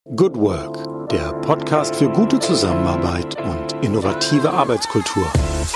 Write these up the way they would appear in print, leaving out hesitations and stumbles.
Good Work, der Podcast für gute Zusammenarbeit und innovative Arbeitskultur.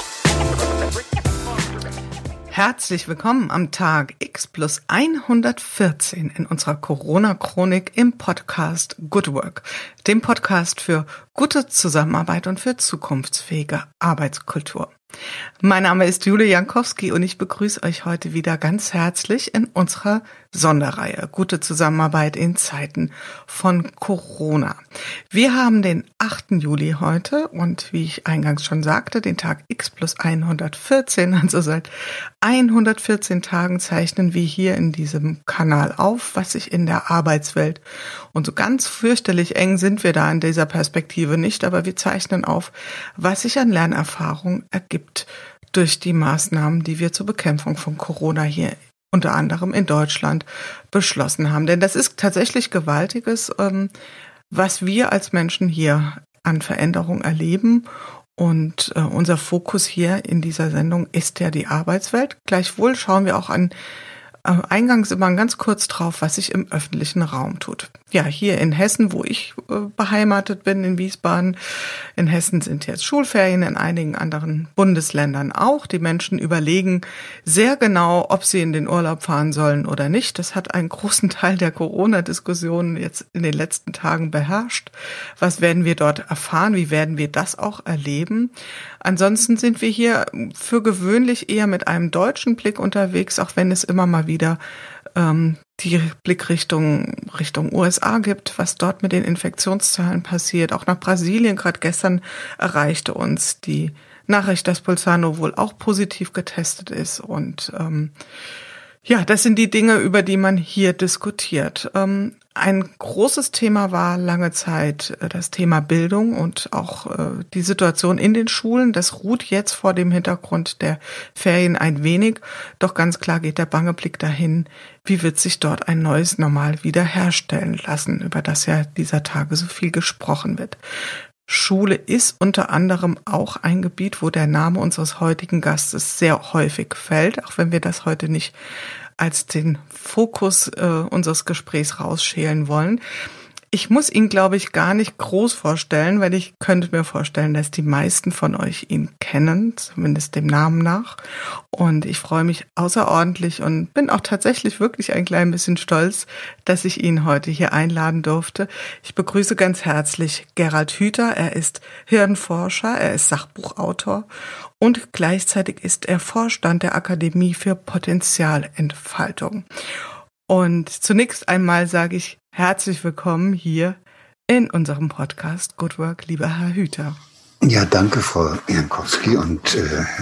Herzlich willkommen am Tag X plus 114 in unserer Corona-Chronik im Podcast Good Work, dem Podcast für gute Zusammenarbeit und für zukunftsfähige Arbeitskultur. Mein Name ist Julia Jankowski und ich begrüße euch heute wieder ganz herzlich in unserer Sonderreihe Gute Zusammenarbeit in Zeiten von Corona. Wir haben den 8. Juli heute und wie ich eingangs schon sagte, den Tag X plus 114, also seit 114 Tagen zeichnen wir hier in diesem Kanal auf, was sich in der Arbeitswelt, und so ganz fürchterlich eng sind wir da in dieser Perspektive nicht, aber wir zeichnen auf, was sich an Lernerfahrung ergibt durch die Maßnahmen, die wir zur Bekämpfung von Corona hier unter anderem in Deutschland beschlossen haben. Denn das ist tatsächlich Gewaltiges, was wir als Menschen hier an Veränderung erleben. Und unser Fokus hier in dieser Sendung ist ja die Arbeitswelt. Gleichwohl schauen wir auch eingangs immer ganz kurz drauf, was sich im öffentlichen Raum tut. Ja, hier in Hessen, wo ich beheimatet bin, in Wiesbaden. In Hessen sind jetzt Schulferien, in einigen anderen Bundesländern auch. Die Menschen überlegen sehr genau, ob sie in den Urlaub fahren sollen oder nicht. Das hat einen großen Teil der Corona-Diskussionen jetzt in den letzten Tagen beherrscht. Was werden wir dort erfahren? Wie werden wir das auch erleben? Ansonsten sind wir hier für gewöhnlich eher mit einem deutschen Blick unterwegs, auch wenn es immer mal wieder die Blickrichtung Richtung USA gibt, was dort mit den Infektionszahlen passiert. Auch nach Brasilien, gerade gestern erreichte uns die Nachricht, dass Bolsonaro wohl auch positiv getestet ist. Und ja, das sind die Dinge, über die man hier diskutiert. Ein großes Thema war lange Zeit das Thema Bildung und auch die Situation in den Schulen. Das ruht jetzt vor dem Hintergrund der Ferien ein wenig. Doch ganz klar geht der bange Blick dahin, wie wird sich dort ein neues Normal wiederherstellen lassen, über das ja dieser Tage so viel gesprochen wird. Schule ist unter anderem auch ein Gebiet, wo der Name unseres heutigen Gastes sehr häufig fällt, auch wenn wir das heute nicht als den Fokus unseres Gesprächs rausschälen wollen. Ich muss ihn, glaube ich, gar nicht groß vorstellen, weil ich könnte mir vorstellen, dass die meisten von euch ihn kennen, zumindest dem Namen nach. Und ich freue mich außerordentlich und bin auch tatsächlich wirklich ein klein bisschen stolz, dass ich ihn heute hier einladen durfte. Ich begrüße ganz herzlich Gerald Hüther. Er ist Hirnforscher, er ist Sachbuchautor und gleichzeitig ist er Vorstand der Akademie für Potenzialentfaltung. Und zunächst einmal sage ich herzlich willkommen hier in unserem Podcast Good Work, lieber Herr Hüther. Ja, danke, Frau Jankowski, und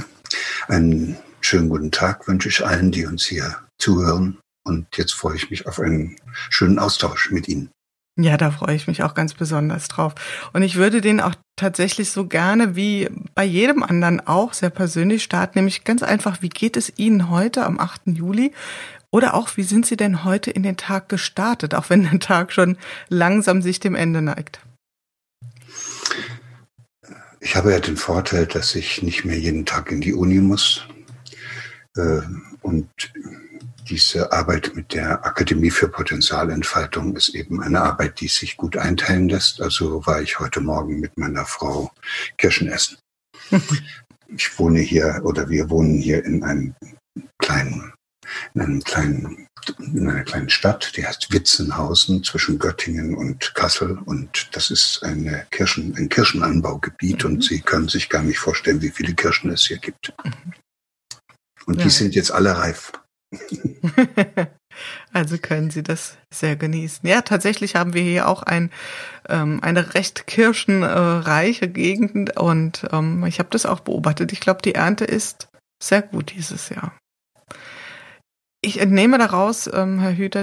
einen schönen guten Tag wünsche ich allen, die uns hier zuhören. Und jetzt freue ich mich auf einen schönen Austausch mit Ihnen. Ja, da freue ich mich auch ganz besonders drauf. Und ich würde den auch tatsächlich so gerne wie bei jedem anderen auch sehr persönlich starten, nämlich ganz einfach, wie geht es Ihnen heute am 8. Juli? Oder auch, wie sind Sie denn heute in den Tag gestartet, auch wenn der Tag schon langsam sich dem Ende neigt? Ich habe ja den Vorteil, dass ich nicht mehr jeden Tag in die Uni muss. Und diese Arbeit mit der Akademie für Potenzialentfaltung ist eben eine Arbeit, die sich gut einteilen lässt. Also war ich heute Morgen mit meiner Frau Kirschen essen. Wir wohnen hier in einer kleinen Stadt, die heißt Witzenhausen zwischen Göttingen und Kassel, und das ist ein Kirschenanbaugebiet und Sie können sich gar nicht vorstellen, wie viele Kirschen es hier gibt. Und die sind jetzt alle reif. Also können Sie das sehr genießen. Ja, tatsächlich haben wir hier auch eine recht kirschenreiche Gegend und ich habe das auch beobachtet. Ich glaube, die Ernte ist sehr gut dieses Jahr. Ich entnehme daraus, Herr Hüther,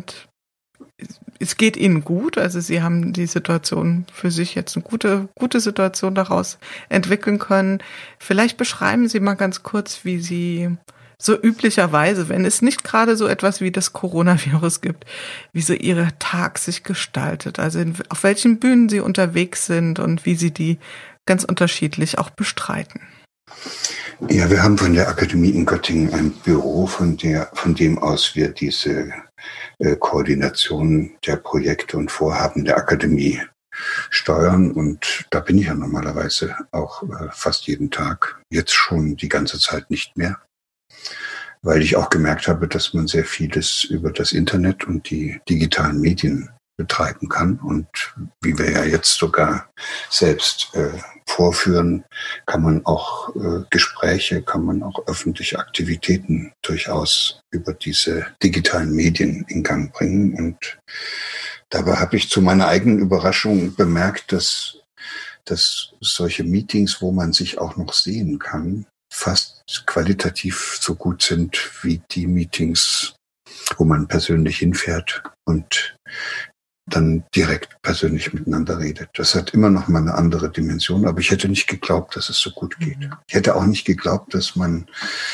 es geht Ihnen gut, also Sie haben die Situation für sich jetzt eine gute Situation daraus entwickeln können. Vielleicht beschreiben Sie mal ganz kurz, wie Sie so üblicherweise, wenn es nicht gerade so etwas wie das Coronavirus gibt, wie so Ihr Tag sich gestaltet, also auf welchen Bühnen Sie unterwegs sind und wie Sie die ganz unterschiedlich auch bestreiten. Ja, wir haben von der Akademie in Göttingen ein Büro, von dem aus wir diese Koordination der Projekte und Vorhaben der Akademie steuern. Und da bin ich ja normalerweise auch fast jeden Tag, jetzt schon die ganze Zeit nicht mehr, weil ich auch gemerkt habe, dass man sehr vieles über das Internet und die digitalen Medien betreiben kann. Und wie wir ja jetzt sogar selbst vorführen, kann man auch Gespräche, kann man auch öffentliche Aktivitäten durchaus über diese digitalen Medien in Gang bringen. Und dabei habe ich zu meiner eigenen Überraschung bemerkt, dass solche Meetings, wo man sich auch noch sehen kann, fast qualitativ so gut sind wie die Meetings, wo man persönlich hinfährt und dann direkt persönlich miteinander redet. Das hat immer noch mal eine andere Dimension, aber ich hätte nicht geglaubt, dass es so gut geht. Ich hätte auch nicht geglaubt, dass man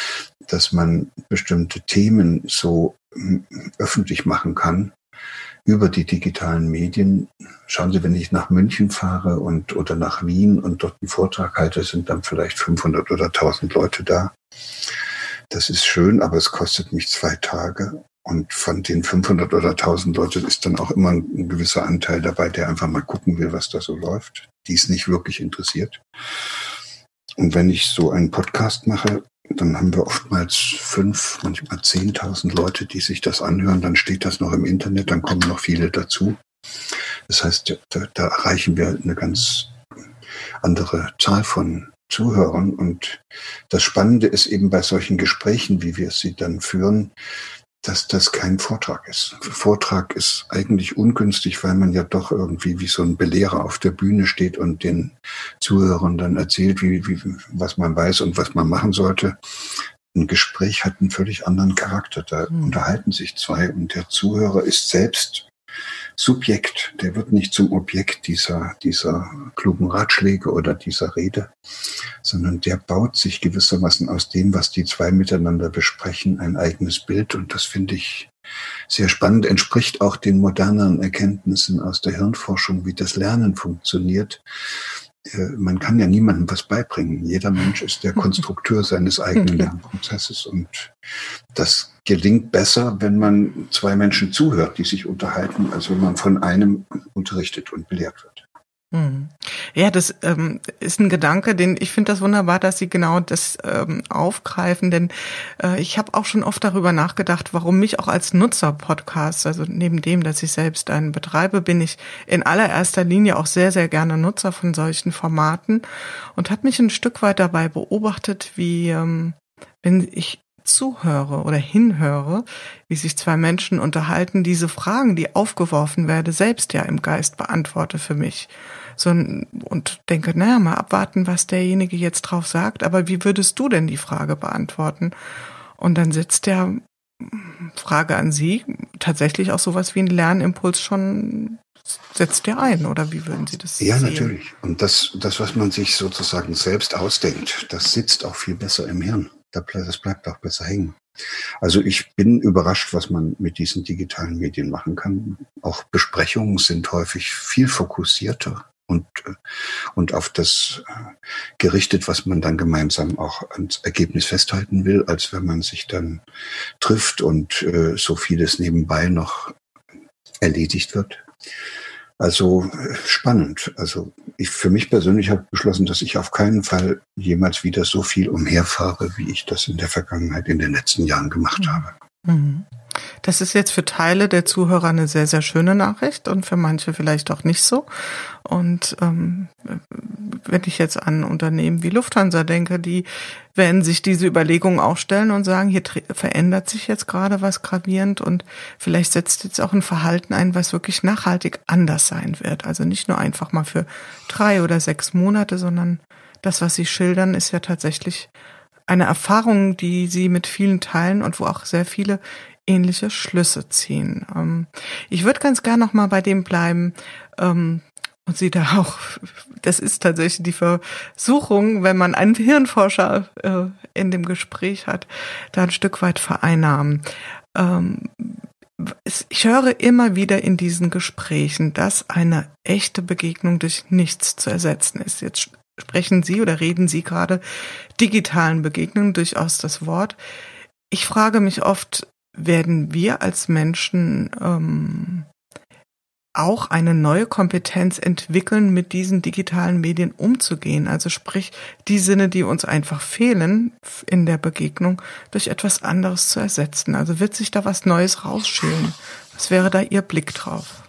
bestimmte Themen so öffentlich machen kann über die digitalen Medien. Schauen Sie, wenn ich nach München fahre oder nach Wien und dort einen Vortrag halte, sind dann vielleicht 500 oder 1000 Leute da. Das ist schön, aber es kostet mich 2 Tage. Und von den 500 oder 1000 Leuten ist dann auch immer ein gewisser Anteil dabei, der einfach mal gucken will, was da so läuft, die es nicht wirklich interessiert. Und wenn ich so einen Podcast mache, dann haben wir oftmals 5, manchmal 10.000 Leute, die sich das anhören. Dann steht das noch im Internet, dann kommen noch viele dazu. Das heißt, da erreichen wir eine ganz andere Zahl von Zuhörern. Und das Spannende ist eben bei solchen Gesprächen, wie wir sie dann führen, dass das kein Vortrag ist. Vortrag ist eigentlich ungünstig, weil man ja doch irgendwie wie so ein Belehrer auf der Bühne steht und den Zuhörern dann erzählt, was man weiß und was man machen sollte. Ein Gespräch hat einen völlig anderen Charakter. Da unterhalten sich zwei und der Zuhörer ist selbst Subjekt. Der wird nicht zum Objekt dieser klugen Ratschläge oder dieser Rede, sondern der baut sich gewissermaßen aus dem, was die zwei miteinander besprechen, ein eigenes Bild. Und das finde ich sehr spannend, entspricht auch den moderneren Erkenntnissen aus der Hirnforschung, wie das Lernen funktioniert. Man kann ja niemandem was beibringen. Jeder Mensch ist der Konstrukteur seines eigenen Lernprozesses und das gelingt besser, wenn man zwei Menschen zuhört, die sich unterhalten, als wenn man von einem unterrichtet und belehrt wird. Ja, das ist ein Gedanke, ich finde das wunderbar, dass Sie genau das aufgreifen, denn ich habe auch schon oft darüber nachgedacht, warum mich auch als Nutzer-Podcast, also neben dem, dass ich selbst einen betreibe, bin ich in allererster Linie auch sehr, sehr gerne Nutzer von solchen Formaten und habe mich ein Stück weit dabei beobachtet, wie wenn ich zuhöre oder hinhöre, wie sich zwei Menschen unterhalten, diese Fragen, die aufgeworfen werden, selbst ja im Geist beantworte für mich. Und denke, mal abwarten, was derjenige jetzt drauf sagt, aber wie würdest du denn die Frage beantworten? Und dann setzt der Frage an Sie tatsächlich auch sowas wie ein Lernimpuls schon, setzt der ein, oder wie würden Sie das sehen? Ja, natürlich. Und das, was man sich sozusagen selbst ausdenkt, das sitzt auch viel besser im Hirn. Das bleibt auch besser hängen. Also ich bin überrascht, was man mit diesen digitalen Medien machen kann. Auch Besprechungen sind häufig viel fokussierter und auf das gerichtet, was man dann gemeinsam auch ans Ergebnis festhalten will, als wenn man sich dann trifft und so vieles nebenbei noch erledigt wird. Also spannend. Also ich für mich persönlich habe beschlossen, dass ich auf keinen Fall jemals wieder so viel umherfahre, wie ich das in der Vergangenheit in den letzten Jahren gemacht habe. Das ist jetzt für Teile der Zuhörer eine sehr, sehr schöne Nachricht und für manche vielleicht auch nicht so. Und wenn ich jetzt an Unternehmen wie Lufthansa denke, die werden sich diese Überlegungen auch stellen und sagen, hier verändert sich jetzt gerade was gravierend und vielleicht setzt jetzt auch ein Verhalten ein, was wirklich nachhaltig anders sein wird. Also nicht nur einfach mal für 3 oder 6 Monate, sondern das, was Sie schildern, ist ja tatsächlich eine Erfahrung, die Sie mit vielen teilen und wo auch sehr viele ähnliche Schlüsse ziehen. Ich würde ganz gern noch mal bei dem bleiben und Sie da auch, das ist tatsächlich die Versuchung, wenn man einen Hirnforscher in dem Gespräch hat, da ein Stück weit vereinnahmen. Ich höre immer wieder in diesen Gesprächen, dass eine echte Begegnung durch nichts zu ersetzen ist. Jetzt sprechen Sie oder reden Sie gerade digitalen Begegnungen durchaus das Wort. Ich frage mich oft, werden wir als Menschen auch eine neue Kompetenz entwickeln, mit diesen digitalen Medien umzugehen? Also sprich, die Sinne, die uns einfach fehlen in der Begegnung, durch etwas anderes zu ersetzen. Also wird sich da was Neues rausschälen? Was wäre da Ihr Blick drauf?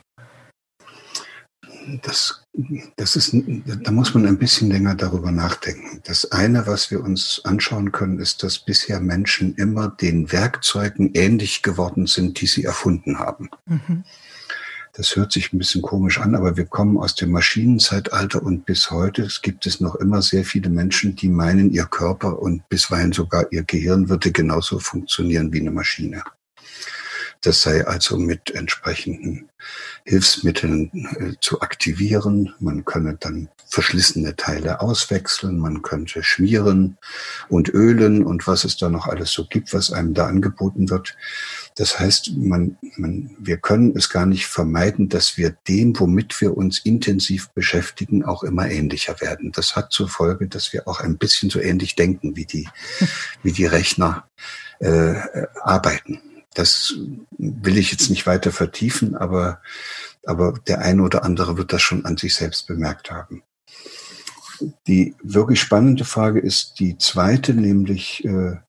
Da muss man ein bisschen länger darüber nachdenken. Das eine, was wir uns anschauen können, ist, dass bisher Menschen immer den Werkzeugen ähnlich geworden sind, die sie erfunden haben. Mhm. Das hört sich ein bisschen komisch an, aber wir kommen aus dem Maschinenzeitalter und bis heute gibt es noch immer sehr viele Menschen, die meinen, ihr Körper und bisweilen sogar ihr Gehirn würde genauso funktionieren wie eine Maschine. Das sei also mit entsprechenden Hilfsmitteln zu aktivieren. Man könne dann verschlissene Teile auswechseln, man könnte schmieren und ölen und was es da noch alles so gibt, was einem da angeboten wird. Das heißt, wir können es gar nicht vermeiden, dass wir dem, womit wir uns intensiv beschäftigen, auch immer ähnlicher werden. Das hat zur Folge, dass wir auch ein bisschen so ähnlich denken, wie die Rechner arbeiten. Das will ich jetzt nicht weiter vertiefen, aber der eine oder andere wird das schon an sich selbst bemerkt haben. Die wirklich spannende Frage ist die zweite, nämlich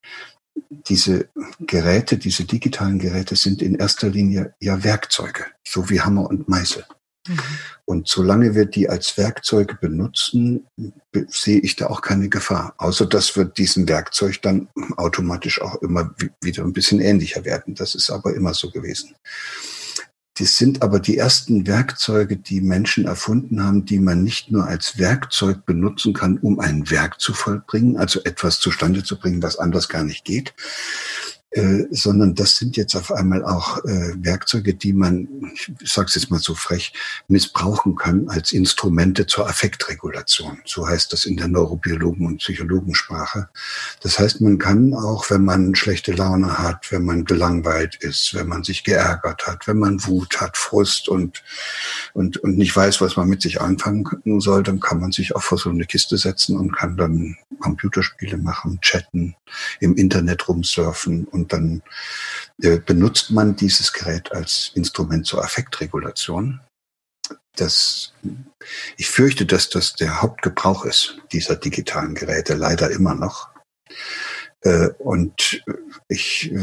diese Geräte, diese digitalen Geräte sind in erster Linie ja Werkzeuge, so wie Hammer und Meißel. Mhm. Und solange wir die als Werkzeuge benutzen, sehe ich da auch keine Gefahr. Außer dass wir diesem Werkzeug dann automatisch auch immer wieder ein bisschen ähnlicher werden. Das ist aber immer so gewesen. Das sind aber die ersten Werkzeuge, die Menschen erfunden haben, die man nicht nur als Werkzeug benutzen kann, um ein Werk zu vollbringen, also etwas zustande zu bringen, was anders gar nicht geht, sondern das sind jetzt auf einmal auch Werkzeuge, die man, ich sage es jetzt mal so frech, missbrauchen kann als Instrumente zur Affektregulation. So heißt das in der Neurobiologen- und Psychologensprache. Das heißt, man kann auch, wenn man schlechte Laune hat, wenn man gelangweilt ist, wenn man sich geärgert hat, wenn man Wut hat, Frust und nicht weiß, was man mit sich anfangen soll, dann kann man sich auch vor so eine Kiste setzen und kann dann Computerspiele machen, chatten, im Internet rumsurfen und dann benutzt man dieses Gerät als Instrument zur Affektregulation. Ich fürchte, dass das der Hauptgebrauch ist dieser digitalen Geräte, leider immer noch. Und ich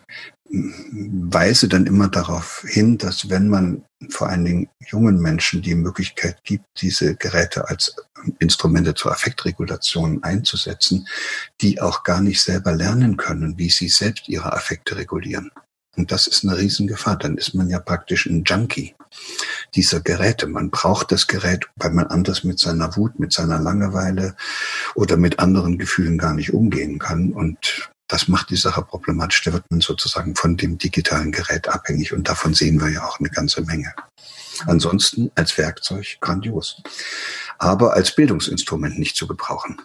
weise dann immer darauf hin, dass wenn man vor allen Dingen jungen Menschen die Möglichkeit gibt, diese Geräte als Instrumente zur Affektregulation einzusetzen, die auch gar nicht selber lernen können, wie sie selbst ihre Affekte regulieren. Und das ist eine Riesengefahr. Dann ist man ja praktisch ein Junkie dieser Geräte. Man braucht das Gerät, weil man anders mit seiner Wut, mit seiner Langeweile oder mit anderen Gefühlen gar nicht umgehen kann. Und das macht die Sache problematisch. Da wird man sozusagen von dem digitalen Gerät abhängig. Und davon sehen wir ja auch eine ganze Menge. Ansonsten als Werkzeug grandios. Aber als Bildungsinstrument nicht zu gebrauchen.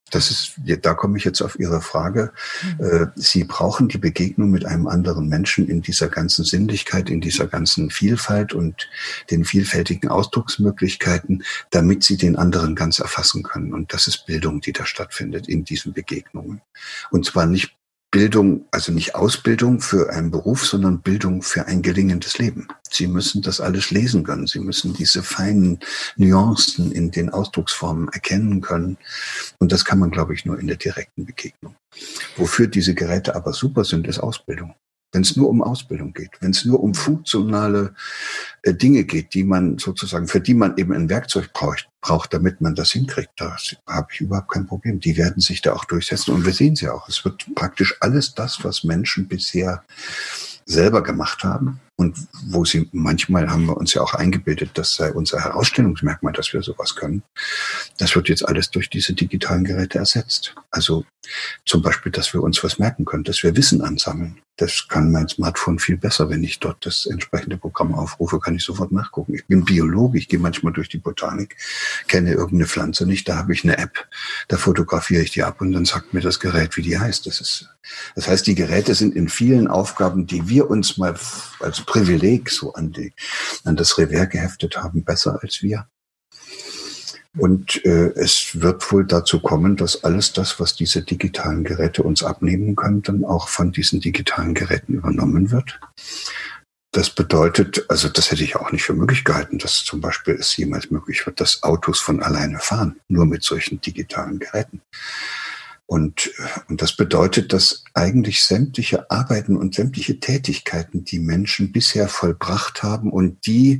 Da komme ich jetzt auf Ihre Frage. Sie brauchen die Begegnung mit einem anderen Menschen in dieser ganzen Sinnlichkeit, in dieser ganzen Vielfalt und den vielfältigen Ausdrucksmöglichkeiten, damit Sie den anderen ganz erfassen können. Und das ist Bildung, die da stattfindet in diesen Begegnungen. Und zwar nicht Bildung, also nicht Ausbildung für einen Beruf, sondern Bildung für ein gelingendes Leben. Sie müssen das alles lesen können. Sie müssen diese feinen Nuancen in den Ausdrucksformen erkennen können. Und das kann man, glaube ich, nur in der direkten Begegnung. Wofür diese Geräte aber super sind, ist Ausbildung. Wenn es nur um Ausbildung geht, wenn es nur um funktionale Dinge geht, für die man eben ein Werkzeug braucht, damit man das hinkriegt, da habe ich überhaupt kein Problem. Die werden sich da auch durchsetzen und wir sehen sie auch. Es wird praktisch alles das, was Menschen bisher selber gemacht haben und manchmal haben wir uns ja auch eingebildet, das sei unser Herausstellungsmerkmal, dass wir sowas können. Das wird jetzt alles durch diese digitalen Geräte ersetzt. Also zum Beispiel, dass wir uns was merken können, dass wir Wissen ansammeln. Das kann mein Smartphone viel besser. Wenn ich dort das entsprechende Programm aufrufe, kann ich sofort nachgucken. Ich bin Biologe, ich gehe manchmal durch die Botanik, kenne irgendeine Pflanze nicht, da habe ich eine App, da fotografiere ich die ab und dann sagt mir das Gerät, wie die heißt. Das heißt, die Geräte sind in vielen Aufgaben, die wir uns mal als Privileg so an das Revers geheftet haben, besser als wir. Und es wird wohl dazu kommen, dass alles das, was diese digitalen Geräte uns abnehmen können, dann auch von diesen digitalen Geräten übernommen wird. Das bedeutet, also das hätte ich auch nicht für möglich gehalten, dass zum Beispiel es jemals möglich wird, dass Autos von alleine fahren, nur mit solchen digitalen Geräten. Und das bedeutet, dass eigentlich sämtliche Arbeiten und sämtliche Tätigkeiten, die Menschen bisher vollbracht haben und die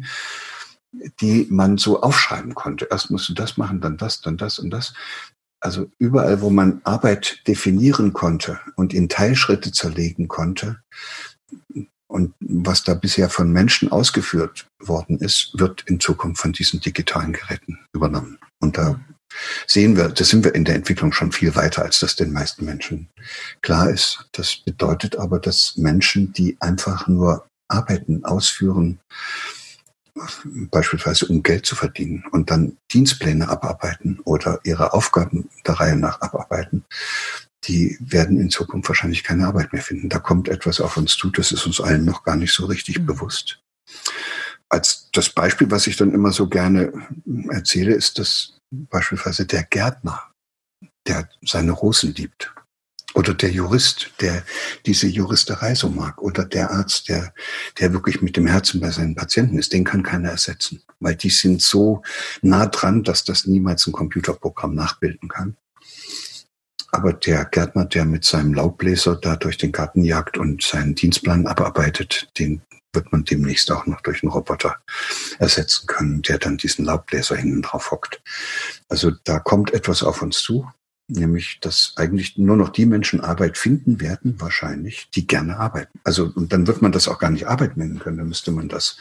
man so aufschreiben konnte. Erst musst du das machen, dann das und das. Also überall, wo man Arbeit definieren konnte und in Teilschritte zerlegen konnte und was da bisher von Menschen ausgeführt worden ist, wird in Zukunft von diesen digitalen Geräten übernommen. Und da sind wir in der Entwicklung schon viel weiter, als das den meisten Menschen klar ist. Das bedeutet aber, dass Menschen, die einfach nur Arbeiten ausführen, beispielsweise um Geld zu verdienen und dann Dienstpläne abarbeiten oder ihre Aufgaben der Reihe nach abarbeiten, die werden in Zukunft wahrscheinlich keine Arbeit mehr finden. Da kommt etwas auf uns zu, das ist uns allen noch gar nicht so richtig bewusst. Als das Beispiel, was ich dann immer so gerne erzähle, ist das beispielsweise der Gärtner, der seine Rosen liebt. Oder der Jurist, der diese Juristerei so mag. Oder der Arzt, der wirklich mit dem Herzen bei seinen Patienten ist. Den kann keiner ersetzen. Weil die sind so nah dran, dass das niemals ein Computerprogramm nachbilden kann. Aber der Gärtner, der mit seinem Laubbläser da durch den Garten jagt und seinen Dienstplan abarbeitet, den wird man demnächst auch noch durch einen Roboter ersetzen können, der dann diesen Laubbläser hinten drauf hockt. Also da kommt etwas auf uns zu. Nämlich, dass eigentlich nur noch die Menschen Arbeit finden werden, wahrscheinlich, die gerne arbeiten. Also, und dann wird man das auch gar nicht Arbeit nennen können. Dann müsste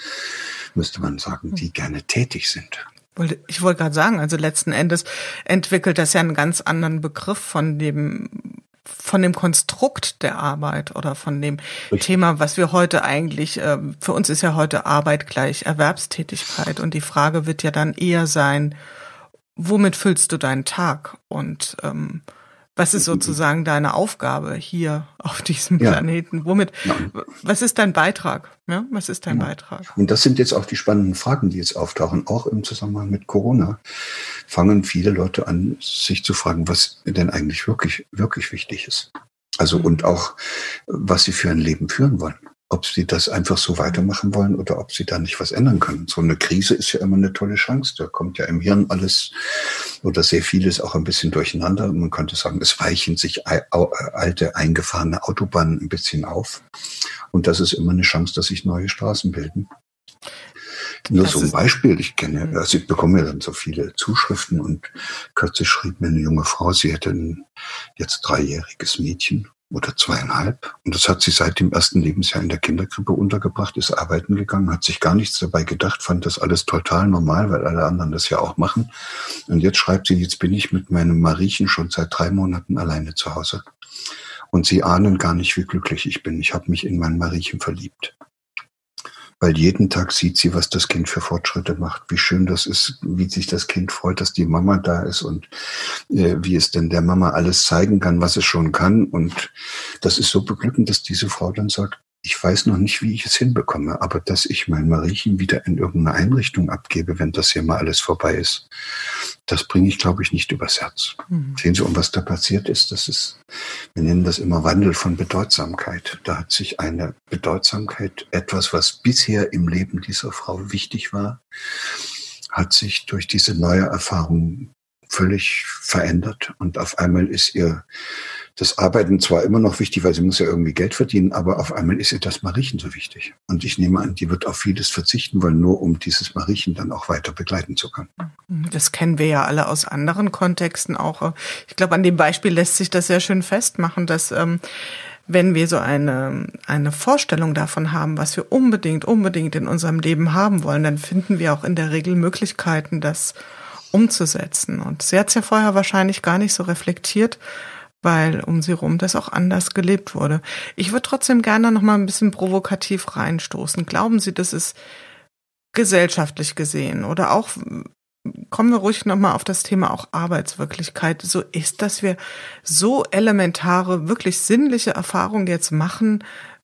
man sagen, die gerne tätig sind. Ich wollte gerade sagen, also letzten Endes entwickelt das ja einen ganz anderen Begriff von dem Konstrukt der Arbeit oder von dem Thema, was wir heute eigentlich, für uns ist ja heute Arbeit gleich Erwerbstätigkeit. Und die Frage wird ja dann eher sein, womit füllst du deinen Tag und was ist sozusagen deine Aufgabe hier auf diesem Planeten? Was ist dein Beitrag? Ja, was ist dein Beitrag? Und das sind jetzt auch die spannenden Fragen, die jetzt auftauchen. Auch im Zusammenhang mit Corona fangen viele Leute an, sich zu fragen, was denn eigentlich wirklich, wirklich wichtig ist. Also und auch, was sie für ein Leben führen wollen. Ob sie das einfach so weitermachen wollen oder ob sie da nicht was ändern können. So eine Krise ist ja immer eine tolle Chance. Da kommt ja im Hirn alles oder sehr vieles auch ein bisschen durcheinander. Man könnte sagen, es weichen sich alte, eingefahrene Autobahnen ein bisschen auf. Und das ist immer eine Chance, dass sich neue Straßen bilden. Nur so ein Beispiel, ich bekomme ja dann so viele Zuschriften und kürzlich schrieb mir eine junge Frau, sie hätte ein jetzt 3-jähriges Mädchen oder 2,5. Und das hat sie seit dem ersten Lebensjahr in der Kinderkrippe untergebracht, ist arbeiten gegangen, hat sich gar nichts dabei gedacht, fand das alles total normal, weil alle anderen das ja auch machen. Und jetzt schreibt sie, jetzt bin ich mit meinem Mariechen schon seit 3 Monaten alleine zu Hause. Und sie ahnen gar nicht, wie glücklich ich bin. Ich habe mich in mein Mariechen verliebt. Weil jeden Tag sieht sie, was das Kind für Fortschritte macht, wie schön das ist, wie sich das Kind freut, dass die Mama da ist und wie es denn der Mama alles zeigen kann, was es schon kann. Und das ist so beglückend, dass diese Frau dann sagt, ich weiß noch nicht, wie ich es hinbekomme, aber dass ich mein Mariechen wieder in irgendeine Einrichtung abgebe, wenn das hier mal alles vorbei ist, das bringe ich, glaube ich, nicht übers Herz. Sehen Sie, und was da passiert ist, wir nennen das immer Wandel von Bedeutsamkeit. Da hat sich eine Bedeutsamkeit, etwas, was bisher im Leben dieser Frau wichtig war, hat sich durch diese neue Erfahrung völlig verändert. Und auf einmal ist ihr das Arbeiten zwar immer noch wichtig, weil sie muss ja irgendwie Geld verdienen, aber auf einmal ist ihr das Mariechen so wichtig. Und ich nehme an, die wird auf vieles verzichten wollen, nur um dieses Mariechen dann auch weiter begleiten zu können. Das kennen wir ja alle aus anderen Kontexten auch. Ich glaube, an dem Beispiel lässt sich das sehr schön festmachen, dass wenn wir so eine Vorstellung davon haben, was wir unbedingt in unserem Leben haben wollen, dann finden wir auch in der Regel Möglichkeiten, das umzusetzen. Und sie hat es ja vorher wahrscheinlich gar nicht so reflektiert, weil um sie rum das auch anders gelebt wurde. Ich würde trotzdem gerne noch mal ein bisschen provokativ reinstoßen. Glauben Sie, das ist gesellschaftlich gesehen oder auch, kommen wir ruhig noch mal auf das Thema auch Arbeitswirklichkeit, so ist, dass wir so elementare, wirklich sinnliche Erfahrungen jetzt machen,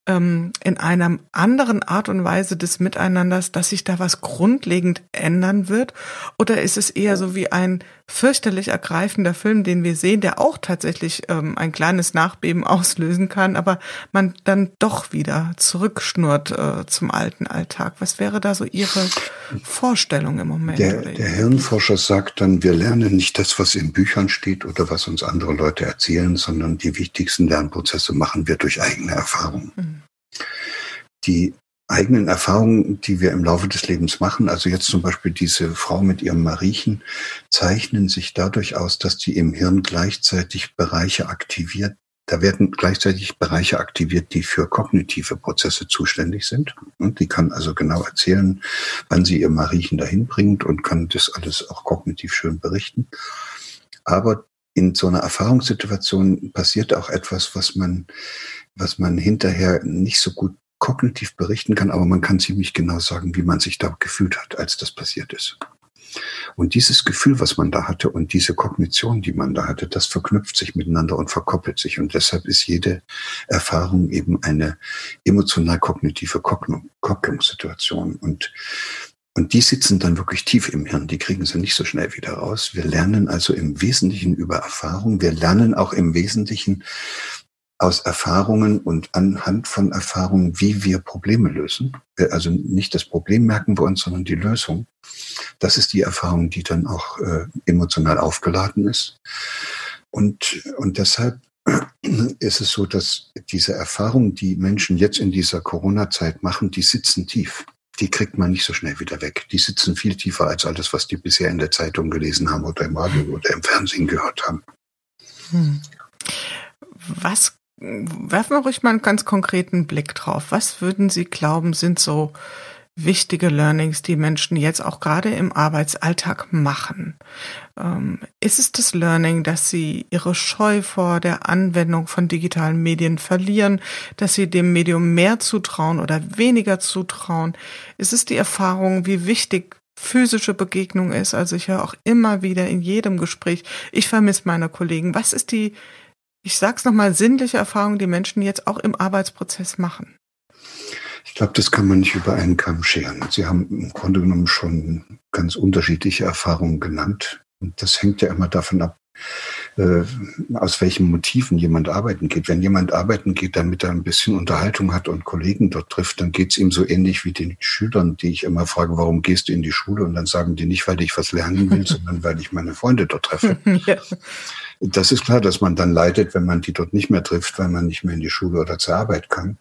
in einer anderen Art und Weise des Miteinanders, dass sich da was grundlegend ändern wird? Oder ist es eher so wie ein fürchterlich ergreifender Film, den wir sehen, der auch tatsächlich ein kleines Nachbeben auslösen kann, aber man dann doch wieder zurückschnurrt zum alten Alltag? Was wäre da so Ihre Vorstellung im Moment? Der Hirnforscher sagt dann, wir lernen nicht das, was in Büchern steht oder was uns andere Leute erzählen, sondern die wichtigsten Lernprozesse machen wir durch eigene Erfahrungen. Die eigenen Erfahrungen, die wir im Laufe des Lebens machen, also jetzt zum Beispiel diese Frau mit ihrem Mariechen, zeichnen sich dadurch aus, dass die im Hirn gleichzeitig Bereiche aktiviert. Da werden gleichzeitig Bereiche aktiviert, die für kognitive Prozesse zuständig sind. Und die kann also genau erzählen, wann sie ihr Mariechen dahin bringt und kann das alles auch kognitiv schön berichten. Aber in so einer Erfahrungssituation passiert auch etwas, was man hinterher nicht so gut kognitiv berichten kann, aber man kann ziemlich genau sagen, wie man sich da gefühlt hat, als das passiert ist. Und dieses Gefühl, was man da hatte und diese Kognition, die man da hatte, das verknüpft sich miteinander und verkoppelt sich. Und deshalb ist jede Erfahrung eben eine emotional-kognitive Kopplungssituation. Und die sitzen dann wirklich tief im Hirn, die kriegen sie nicht so schnell wieder raus. Wir lernen also im Wesentlichen über Erfahrung. Wir lernen auch im Wesentlichen aus Erfahrungen und anhand von Erfahrungen, wie wir Probleme lösen. Also nicht das Problem merken wir uns, sondern die Lösung. Das ist die Erfahrung, die dann auch emotional aufgeladen ist. Und deshalb ist es so, dass diese Erfahrungen, die Menschen jetzt in dieser Corona-Zeit machen, die sitzen tief. Die kriegt man nicht so schnell wieder weg. Die sitzen viel tiefer als alles, was die bisher in der Zeitung gelesen haben oder im Radio oder im Fernsehen gehört haben. Werfen wir ruhig mal einen ganz konkreten Blick drauf. Was würden Sie glauben, sind so wichtige Learnings, die Menschen jetzt auch gerade im Arbeitsalltag machen? Ist es das Learning, dass sie ihre Scheu vor der Anwendung von digitalen Medien verlieren, dass sie dem Medium mehr zutrauen oder weniger zutrauen? Ist es die Erfahrung, wie wichtig physische Begegnung ist? Also ich höre auch immer wieder in jedem Gespräch, ich vermisse meine Kollegen. Was ist die, ich sag's nochmal, sinnliche Erfahrung, die Menschen jetzt auch im Arbeitsprozess machen? Ich glaube, das kann man nicht über einen Kamm scheren. Sie haben im Grunde genommen schon ganz unterschiedliche Erfahrungen genannt. Und das hängt ja immer davon ab, aus welchen Motiven jemand arbeiten geht. Wenn jemand arbeiten geht, damit er ein bisschen Unterhaltung hat und Kollegen dort trifft, dann geht's ihm so ähnlich wie den Schülern, die ich immer frage, warum gehst du in die Schule? Und dann sagen die nicht, weil ich was lernen will, sondern weil ich meine Freunde dort treffe. Ja. Das ist klar, dass man dann leidet, wenn man die dort nicht mehr trifft, weil man nicht mehr in die Schule oder zur Arbeit kann.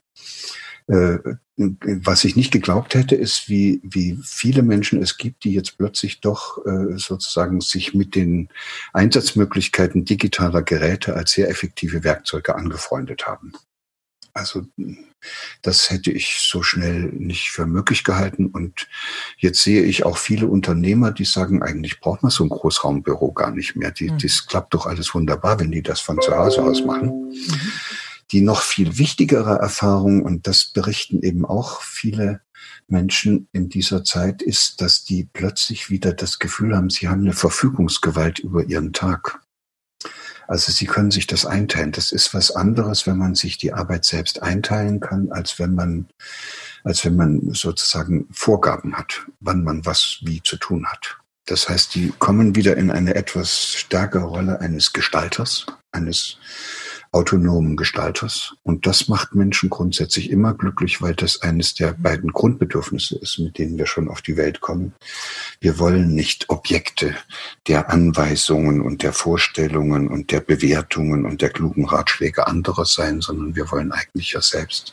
Was ich nicht geglaubt hätte, ist, wie viele Menschen es gibt, die jetzt plötzlich doch sozusagen sich mit den Einsatzmöglichkeiten digitaler Geräte als sehr effektive Werkzeuge angefreundet haben. Also das hätte ich so schnell nicht für möglich gehalten. Und jetzt sehe ich auch viele Unternehmer, die sagen, eigentlich braucht man so ein Großraumbüro gar nicht mehr. Das klappt doch alles wunderbar, wenn die das von zu Hause aus machen. Die noch viel wichtigere Erfahrung, und das berichten eben auch viele Menschen in dieser Zeit, ist, dass die plötzlich wieder das Gefühl haben, sie haben eine Verfügungsgewalt über ihren Tag. Also sie können sich das einteilen. Das ist was anderes, wenn man sich die Arbeit selbst einteilen kann, als wenn man sozusagen Vorgaben hat, wann man was wie zu tun hat. Das heißt, die kommen wieder in eine etwas stärkere Rolle eines Gestalters, eines autonomen Gestalters. Und das macht Menschen grundsätzlich immer glücklich, weil das eines der beiden Grundbedürfnisse ist, mit denen wir schon auf die Welt kommen. Wir wollen nicht Objekte der Anweisungen und der Vorstellungen und der Bewertungen und der klugen Ratschläge anderer sein, sondern wir wollen eigentlich ja selbst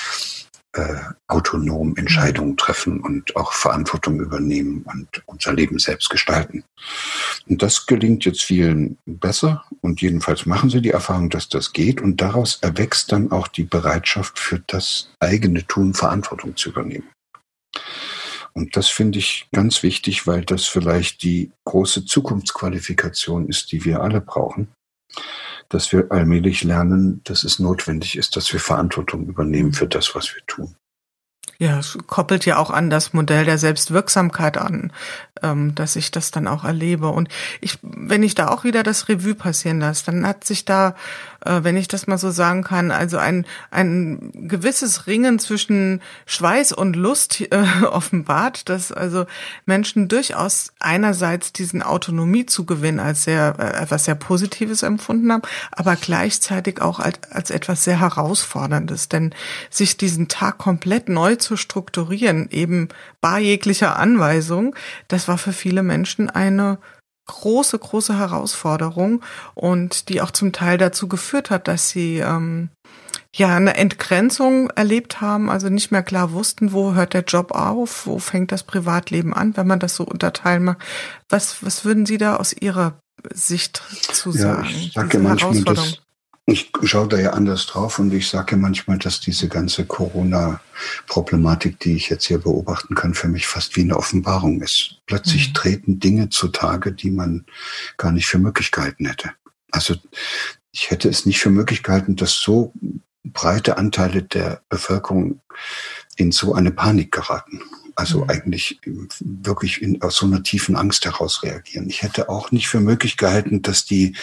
autonom Entscheidungen treffen und auch Verantwortung übernehmen und unser Leben selbst gestalten. Und das gelingt jetzt vielen besser und jedenfalls machen sie die Erfahrung, dass das geht und daraus erwächst dann auch die Bereitschaft für das eigene Tun Verantwortung zu übernehmen. Und das finde ich ganz wichtig, weil das vielleicht die große Zukunftsqualifikation ist, die wir alle brauchen. Dass wir allmählich lernen, dass es notwendig ist, dass wir Verantwortung übernehmen für das, was wir tun. Ja, es koppelt ja auch an das Modell der Selbstwirksamkeit an, dass ich das dann auch erlebe. Und wenn ich da auch wieder das Revue passieren lasse, dann hat sich da, wenn ich das mal so sagen kann, also ein gewisses Ringen zwischen Schweiß und Lust offenbart, dass also Menschen durchaus einerseits diesen Autonomiezugewinn als etwas sehr Positives empfunden haben, aber gleichzeitig auch als etwas sehr Herausforderndes. Denn sich diesen Tag komplett neu zu strukturieren, eben bar jeglicher Anweisung, das war für viele Menschen eine große, große Herausforderung und die auch zum Teil dazu geführt hat, dass sie eine Entgrenzung erlebt haben, also nicht mehr klar wussten, wo hört der Job auf, wo fängt das Privatleben an, wenn man das so unterteilen mag. Was würden Sie da aus Ihrer Sicht zu sagen? Ich sage manchmal, ich schaue da ja anders drauf und ich sage manchmal, dass diese ganze Corona-Problematik, die ich jetzt hier beobachten kann, für mich fast wie eine Offenbarung ist. Plötzlich treten Dinge zutage, die man gar nicht für möglich gehalten hätte. Also ich hätte es nicht für möglich gehalten, dass so breite Anteile der Bevölkerung in so eine Panik geraten. Also eigentlich wirklich aus so einer tiefen Angst heraus reagieren. Ich hätte auch nicht für möglich gehalten, dass die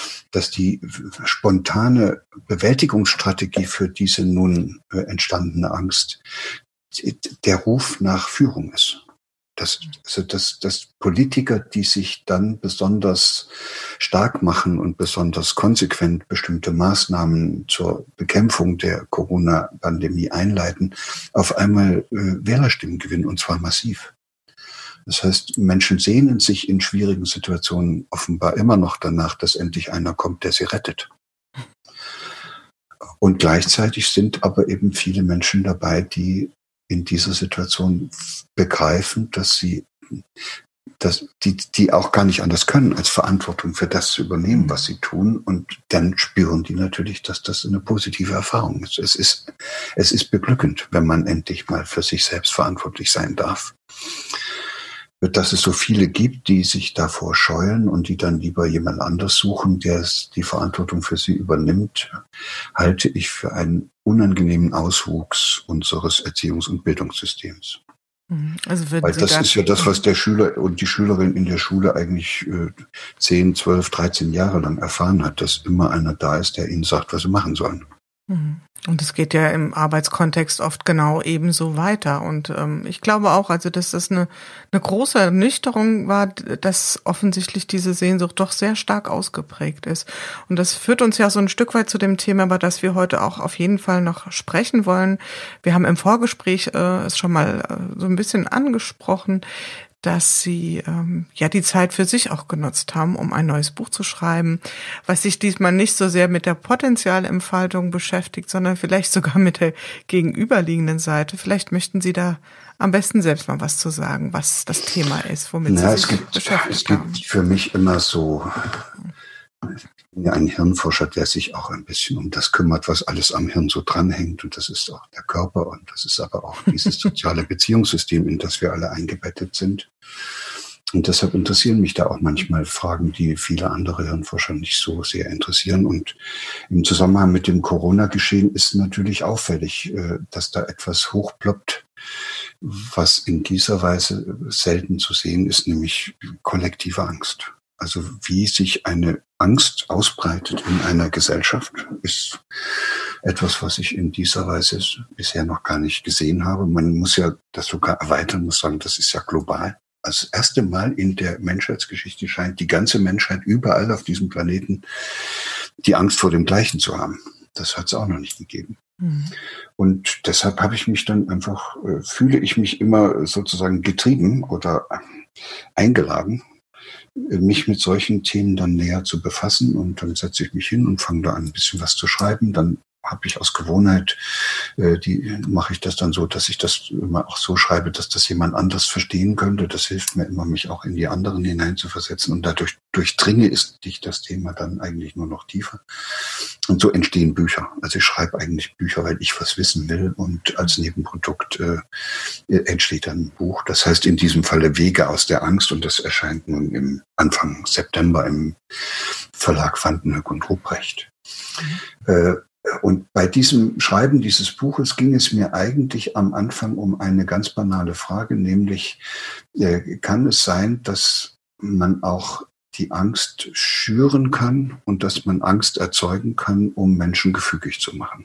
spontane Bewältigungsstrategie für diese nun entstandene Angst der Ruf nach Führung ist. Dass Politiker, die sich dann besonders stark machen und besonders konsequent bestimmte Maßnahmen zur Bekämpfung der Corona-Pandemie einleiten, auf einmal Wählerstimmen gewinnen, und zwar massiv. Das heißt, Menschen sehnen sich in schwierigen Situationen offenbar immer noch danach, dass endlich einer kommt, der sie rettet. Und gleichzeitig sind aber eben viele Menschen dabei, die in dieser Situation begreifen, die auch gar nicht anders können, als Verantwortung für das zu übernehmen, was sie tun. Und dann spüren die natürlich, dass das eine positive Erfahrung ist. Es ist beglückend, wenn man endlich mal für sich selbst verantwortlich sein darf. Dass es so viele gibt, die sich davor scheuen und die dann lieber jemand anders suchen, der die Verantwortung für sie übernimmt, halte ich für einen unangenehmen Auswuchs unseres Erziehungs- und Bildungssystems. Also weil das ist ja das, was der Schüler und die Schülerin in der Schule eigentlich 10, 12, 13 Jahre lang erfahren hat, dass immer einer da ist, der ihnen sagt, was sie machen sollen. Und es geht ja im Arbeitskontext oft genau ebenso weiter. Und ich glaube auch, also dass das eine große Ernüchterung war, dass offensichtlich diese Sehnsucht doch sehr stark ausgeprägt ist. Und das führt uns ja so ein Stück weit zu dem Thema, über das wir heute auch auf jeden Fall noch sprechen wollen. Wir haben im Vorgespräch es schon mal so ein bisschen angesprochen, dass Sie die Zeit für sich auch genutzt haben, um ein neues Buch zu schreiben, was sich diesmal nicht so sehr mit der Potenzialentfaltung beschäftigt, sondern vielleicht sogar mit der gegenüberliegenden Seite. Vielleicht möchten Sie da am besten selbst mal was zu sagen, was das Thema ist, womit Sie sich beschäftigt haben. Es gibt für mich immer so ein Hirnforscher, der sich auch ein bisschen um das kümmert, was alles am Hirn so dranhängt. Und das ist auch der Körper und das ist aber auch dieses soziale Beziehungssystem, in das wir alle eingebettet sind. Und deshalb interessieren mich da auch manchmal Fragen, die viele andere Hirnforscher nicht so sehr interessieren. Und im Zusammenhang mit dem Corona-Geschehen ist natürlich auffällig, dass da etwas hochploppt, was in dieser Weise selten zu sehen ist, nämlich kollektive Angst. Also wie sich eine Angst ausbreitet in einer Gesellschaft, ist etwas, was ich in dieser Weise bisher noch gar nicht gesehen habe. Man muss ja das sogar erweitern, muss sagen, das ist ja global. Als das erste Mal in der Menschheitsgeschichte scheint die ganze Menschheit überall auf diesem Planeten die Angst vor dem Gleichen zu haben. Das hat es auch noch nicht gegeben. Und deshalb habe ich mich dann einfach, fühle ich mich immer sozusagen getrieben oder eingeladen, mich mit solchen Themen dann näher zu befassen. Und dann setze ich mich hin und fange da an, ein bisschen was zu schreiben. Dann habe ich aus Gewohnheit, mache ich das dann so, dass ich das immer auch so schreibe, dass das jemand anders verstehen könnte. Das hilft mir immer, mich auch in die anderen hineinzuversetzen. Und dadurch durchdringe ich das Thema dann eigentlich nur noch tiefer. Und so entstehen Bücher. Also ich schreibe eigentlich Bücher, weil ich was wissen will. Und als Nebenprodukt entsteht dann ein Buch. Das heißt in diesem Falle Wege aus der Angst. Und das erscheint nun im Anfang September im Verlag Vandenhoeck und Ruprecht. Und bei diesem Schreiben dieses Buches ging es mir eigentlich am Anfang um eine ganz banale Frage, nämlich, kann es sein, dass man auch die Angst schüren kann und dass man Angst erzeugen kann, um Menschen gefügig zu machen?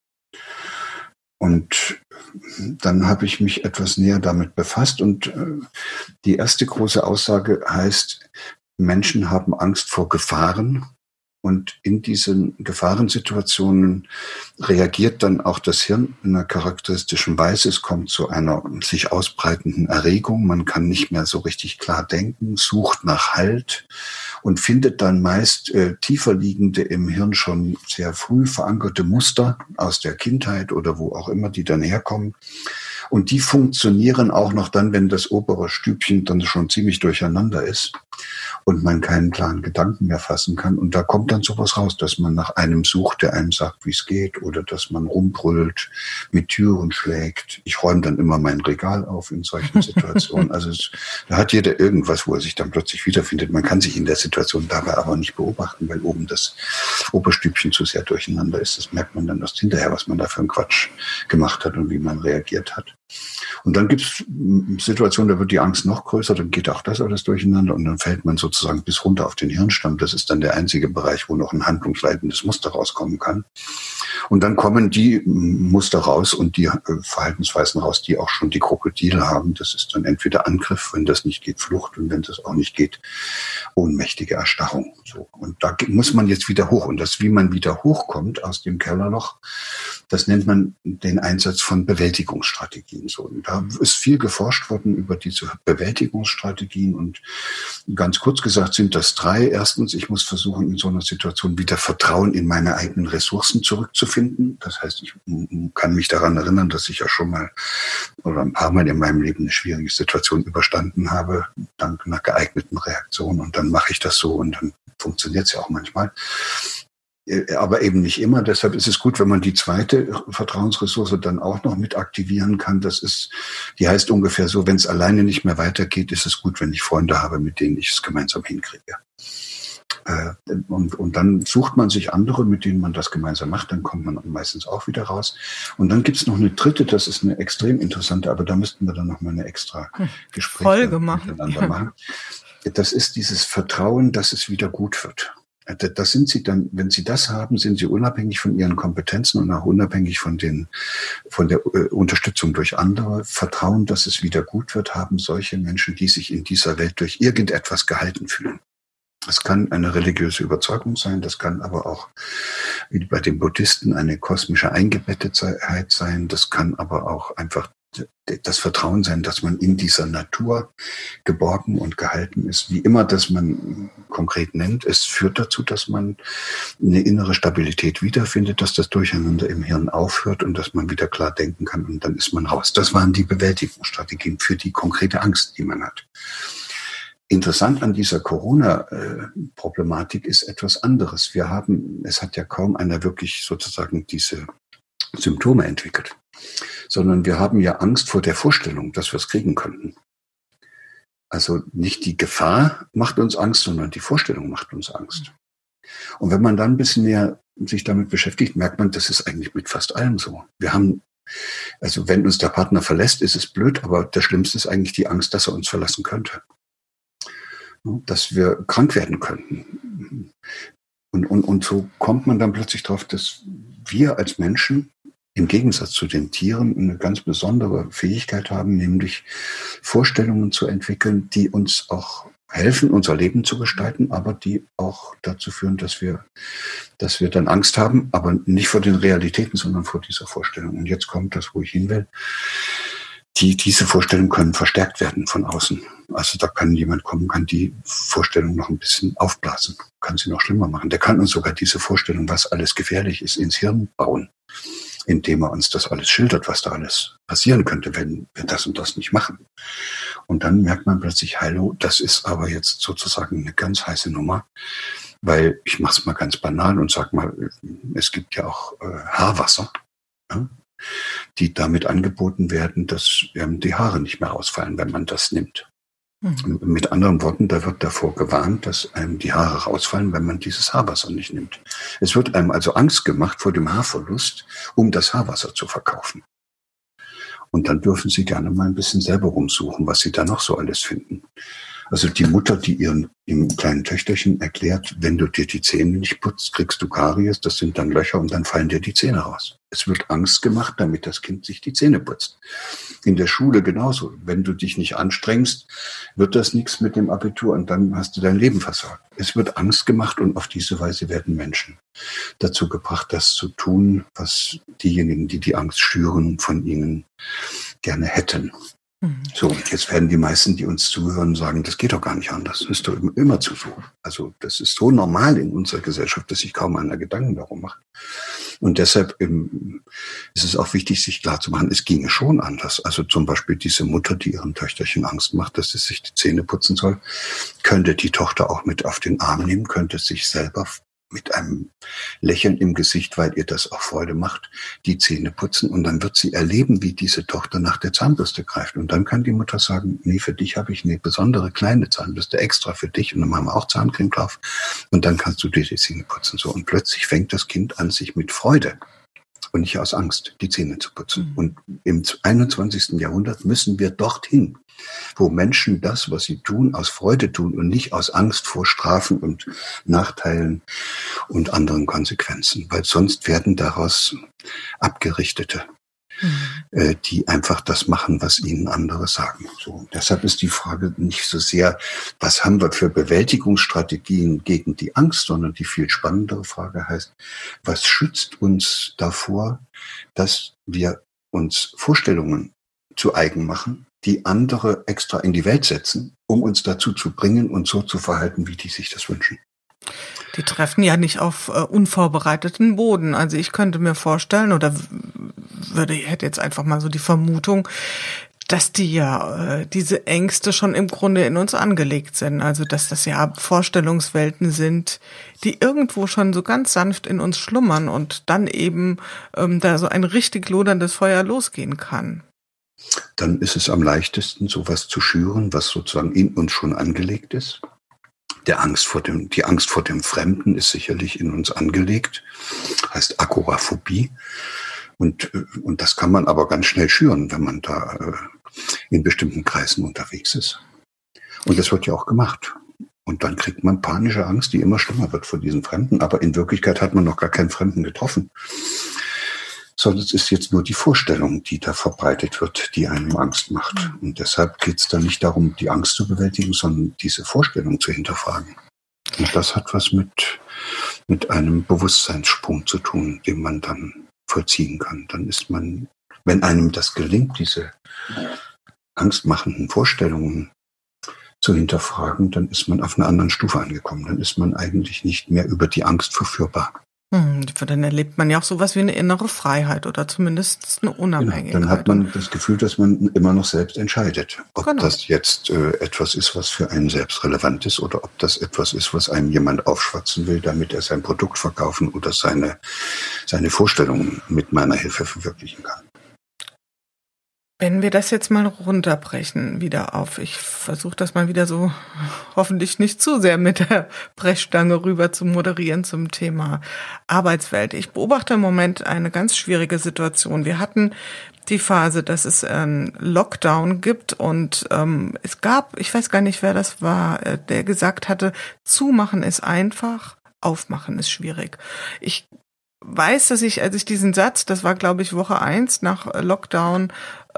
Und dann habe ich mich etwas näher damit befasst und die erste große Aussage heißt, Menschen haben Angst vor Gefahren und in diesen Gefahrensituationen reagiert dann auch das Hirn in einer charakteristischen Weise. Es kommt zu einer sich ausbreitenden Erregung, man kann nicht mehr so richtig klar denken, sucht nach Halt und findet dann meist tiefer liegende im Hirn schon sehr früh verankerte Muster aus der Kindheit oder wo auch immer die dann herkommen. Und die funktionieren auch noch dann, wenn das obere Stübchen dann schon ziemlich durcheinander ist und man keinen klaren Gedanken mehr fassen kann. Und da kommt dann sowas raus, dass man nach einem sucht, der einem sagt, wie es geht, oder dass man rumbrüllt, mit Türen schlägt. Ich räume dann immer mein Regal auf in solchen Situationen. Also da hat jeder irgendwas, wo er sich dann plötzlich wiederfindet. Man kann sich in der Situation dabei aber nicht beobachten, weil oben das Oberstübchen zu sehr durcheinander ist. Das merkt man dann erst hinterher, was man da für einen Quatsch gemacht hat und wie man reagiert hat. Und dann gibt es Situationen, da wird die Angst noch größer, dann geht auch das alles durcheinander und dann fällt man sozusagen bis runter auf den Hirnstamm. Das ist dann der einzige Bereich, wo noch ein handlungsleitendes Muster rauskommen kann. Und dann kommen die Muster raus und die Verhaltensweisen raus, die auch schon die Krokodile haben. Das ist dann entweder Angriff, wenn das nicht geht, Flucht und wenn das auch nicht geht, ohnmächtige Erstarrung. So. Und da muss man jetzt wieder hoch. Und das, wie man wieder hochkommt aus dem Kellerloch, das nennt man den Einsatz von Bewältigungsstrategien. So. Und da ist viel geforscht worden über diese Bewältigungsstrategien und ganz kurz gesagt sind das 3. Erstens, ich muss versuchen, in so einer Situation wieder Vertrauen in meine eigenen Ressourcen zurückzufinden. Das heißt, ich kann mich daran erinnern, dass ich ja schon mal oder ein paar Mal in meinem Leben eine schwierige Situation überstanden habe, dank einer geeigneten Reaktion. Und dann mache ich das so und dann funktioniert es ja auch manchmal. Aber eben nicht immer. Deshalb ist es gut, wenn man die 2. Vertrauensressource dann auch noch mit aktivieren kann. Die heißt ungefähr so, wenn es alleine nicht mehr weitergeht, ist es gut, wenn ich Freunde habe, mit denen ich es gemeinsam hinkriege. Und dann sucht man sich andere, mit denen man das gemeinsam macht, dann kommt man meistens auch wieder raus. Und dann gibt es noch eine 3., das ist eine extrem interessante, aber da müssten wir dann noch mal eine extra Folge miteinander machen. Das ist dieses Vertrauen, dass es wieder gut wird. Das sind sie dann, wenn sie das haben, sind sie unabhängig von ihren Kompetenzen und auch unabhängig von der Unterstützung durch andere. Vertrauen, dass es wieder gut wird, haben solche Menschen, die sich in dieser Welt durch irgendetwas gehalten fühlen. Das kann eine religiöse Überzeugung sein, das kann aber auch, wie bei den Buddhisten, eine kosmische Eingebettetheit sein, das kann aber auch einfach das Vertrauen sein, dass man in dieser Natur geborgen und gehalten ist. Wie immer das man konkret nennt, es führt dazu, dass man eine innere Stabilität wiederfindet, dass das Durcheinander im Hirn aufhört und dass man wieder klar denken kann und dann ist man raus. Das waren die Bewältigungsstrategien für die konkrete Angst, die man hat. Interessant an dieser Corona-Problematik ist etwas anderes. Es hat ja kaum einer wirklich sozusagen diese Symptome entwickelt, sondern wir haben ja Angst vor der Vorstellung, dass wir es kriegen könnten. Also nicht die Gefahr macht uns Angst, sondern die Vorstellung macht uns Angst. Und wenn man dann ein bisschen näher sich damit beschäftigt, merkt man, das ist eigentlich mit fast allem so. Also wenn uns der Partner verlässt, ist es blöd, aber das Schlimmste ist eigentlich die Angst, dass er uns verlassen könnte. Dass wir krank werden könnten. Und so kommt man dann plötzlich drauf, dass wir als Menschen im Gegensatz zu den Tieren eine ganz besondere Fähigkeit haben, nämlich Vorstellungen zu entwickeln, die uns auch helfen, unser Leben zu gestalten, aber die auch dazu führen, dass wir dann Angst haben, aber nicht vor den Realitäten, sondern vor dieser Vorstellung. Und jetzt kommt das, wo ich hin will. Diese Vorstellungen können verstärkt werden von außen. Also da kann jemand kommen, kann die Vorstellung noch ein bisschen aufblasen, kann sie noch schlimmer machen. Der kann uns sogar diese Vorstellung, was alles gefährlich ist, ins Hirn bauen, indem er uns das alles schildert, was da alles passieren könnte, wenn wir das und das nicht machen. Und dann merkt man plötzlich, hallo, das ist aber jetzt sozusagen eine ganz heiße Nummer, weil ich mache es mal ganz banal und sag mal, es gibt ja auch Haarwasser, ja, die damit angeboten werden, dass die Haare nicht mehr rausfallen, wenn man das nimmt. Mit anderen Worten, da wird davor gewarnt, dass einem die Haare rausfallen, wenn man dieses Haarwasser nicht nimmt. Es wird einem also Angst gemacht vor dem Haarverlust, um das Haarwasser zu verkaufen. Und dann dürfen Sie gerne mal ein bisschen selber rumsuchen, was Sie da noch so alles finden. Also die Mutter, die ihrem kleinen Töchterchen erklärt, wenn du dir die Zähne nicht putzt, kriegst du Karies, das sind dann Löcher und dann fallen dir die Zähne raus. Es wird Angst gemacht, damit das Kind sich die Zähne putzt. In der Schule genauso. Wenn du dich nicht anstrengst, wird das nichts mit dem Abitur und dann hast du dein Leben versorgt. Es wird Angst gemacht und auf diese Weise werden Menschen dazu gebracht, das zu tun, was diejenigen, die die Angst schüren, von ihnen gerne hätten. So, und jetzt werden die meisten, die uns zuhören, sagen, das geht doch gar nicht anders. Das ist doch immer so. Also das ist so normal in unserer Gesellschaft, dass sich kaum einer Gedanken darum macht. Und deshalb ist es auch wichtig, sich klarzumachen, es ginge schon anders. Also zum Beispiel diese Mutter, die ihrem Töchterchen Angst macht, dass es sich die Zähne putzen soll, könnte die Tochter auch mit auf den Arm nehmen, könnte sich selber mit einem Lächeln im Gesicht, weil ihr das auch Freude macht, die Zähne putzen. Und dann wird sie erleben, wie diese Tochter nach der Zahnbürste greift. Und dann kann die Mutter sagen, nee, für dich habe ich eine besondere kleine Zahnbürste extra für dich. Und dann machen wir auch Zahncreme drauf. Und dann kannst du dir die Zähne putzen. So. Und plötzlich fängt das Kind an, sich mit Freude und nicht aus Angst die Zähne zu putzen. Und im 21. Jahrhundert müssen wir dorthin, wo Menschen das, was sie tun, aus Freude tun und nicht aus Angst vor Strafen und Nachteilen und anderen Konsequenzen. Weil sonst werden daraus Abgerichtete, die einfach das machen, was ihnen andere sagen. So, deshalb ist die Frage nicht so sehr, was haben wir für Bewältigungsstrategien gegen die Angst, sondern die viel spannendere Frage heißt, was schützt uns davor, dass wir uns Vorstellungen zu eigen machen, die andere extra in die Welt setzen, um uns dazu zu bringen und so zu verhalten, wie die sich das wünschen. Die treffen ja nicht auf unvorbereiteten Boden. Also ich könnte mir vorstellen oder hätte jetzt einfach mal so die Vermutung, dass die ja diese Ängste schon im Grunde in uns angelegt sind. Also dass das ja Vorstellungswelten sind, die irgendwo schon so ganz sanft in uns schlummern und dann eben da so ein richtig loderndes Feuer losgehen kann. Dann ist es am leichtesten, sowas zu schüren, was sozusagen in uns schon angelegt ist. Die Angst vor dem Fremden ist sicherlich in uns angelegt, heißt Agoraphobie. Und das kann man aber ganz schnell schüren, wenn man da in bestimmten Kreisen unterwegs ist. Und das wird ja auch gemacht. Und dann kriegt man panische Angst, die immer schlimmer wird vor diesen Fremden. Aber in Wirklichkeit hat man noch gar keinen Fremden getroffen. Sondern es ist jetzt nur die Vorstellung, die da verbreitet wird, die einem Angst macht. Und deshalb geht es da nicht darum, die Angst zu bewältigen, sondern diese Vorstellung zu hinterfragen. Und das hat was mit einem Bewusstseinssprung zu tun, den man dann vollziehen kann. Dann ist man, wenn einem das gelingt, diese angstmachenden Vorstellungen zu hinterfragen, dann ist man auf einer anderen Stufe angekommen. Dann ist man eigentlich nicht mehr über die Angst verführbar. Dann erlebt man ja auch sowas wie eine innere Freiheit oder zumindest eine Unabhängigkeit. Genau, dann hat man das Gefühl, dass man immer noch selbst entscheidet. Ob das jetzt etwas ist, was für einen selbst relevant ist oder ob das etwas ist, was einem jemand aufschwatzen will, damit er sein Produkt verkaufen oder seine Vorstellungen mit meiner Hilfe verwirklichen kann. Wenn wir das jetzt mal runterbrechen wieder auf, ich versuche das mal wieder so hoffentlich nicht zu sehr mit der Brechstange rüber zu moderieren zum Thema Arbeitswelt. Ich beobachte im Moment eine ganz schwierige Situation. Wir hatten die Phase, dass es einen Lockdown gibt und es gab, ich weiß gar nicht, wer das war, der gesagt hatte, zumachen ist einfach, aufmachen ist schwierig. Ich weiß, dass als ich diesen Satz, das war glaube ich Woche 1 nach Lockdown,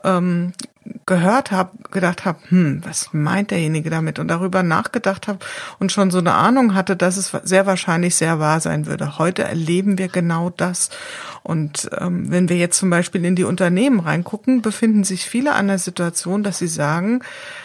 gehört habe, gedacht habe, was meint derjenige damit? Und darüber nachgedacht habe und schon so eine Ahnung hatte, dass es sehr wahrscheinlich sehr wahr sein würde. Heute erleben wir genau das. Und wenn wir jetzt zum Beispiel in die Unternehmen reingucken, befinden sich viele an der Situation, dass sie sagen,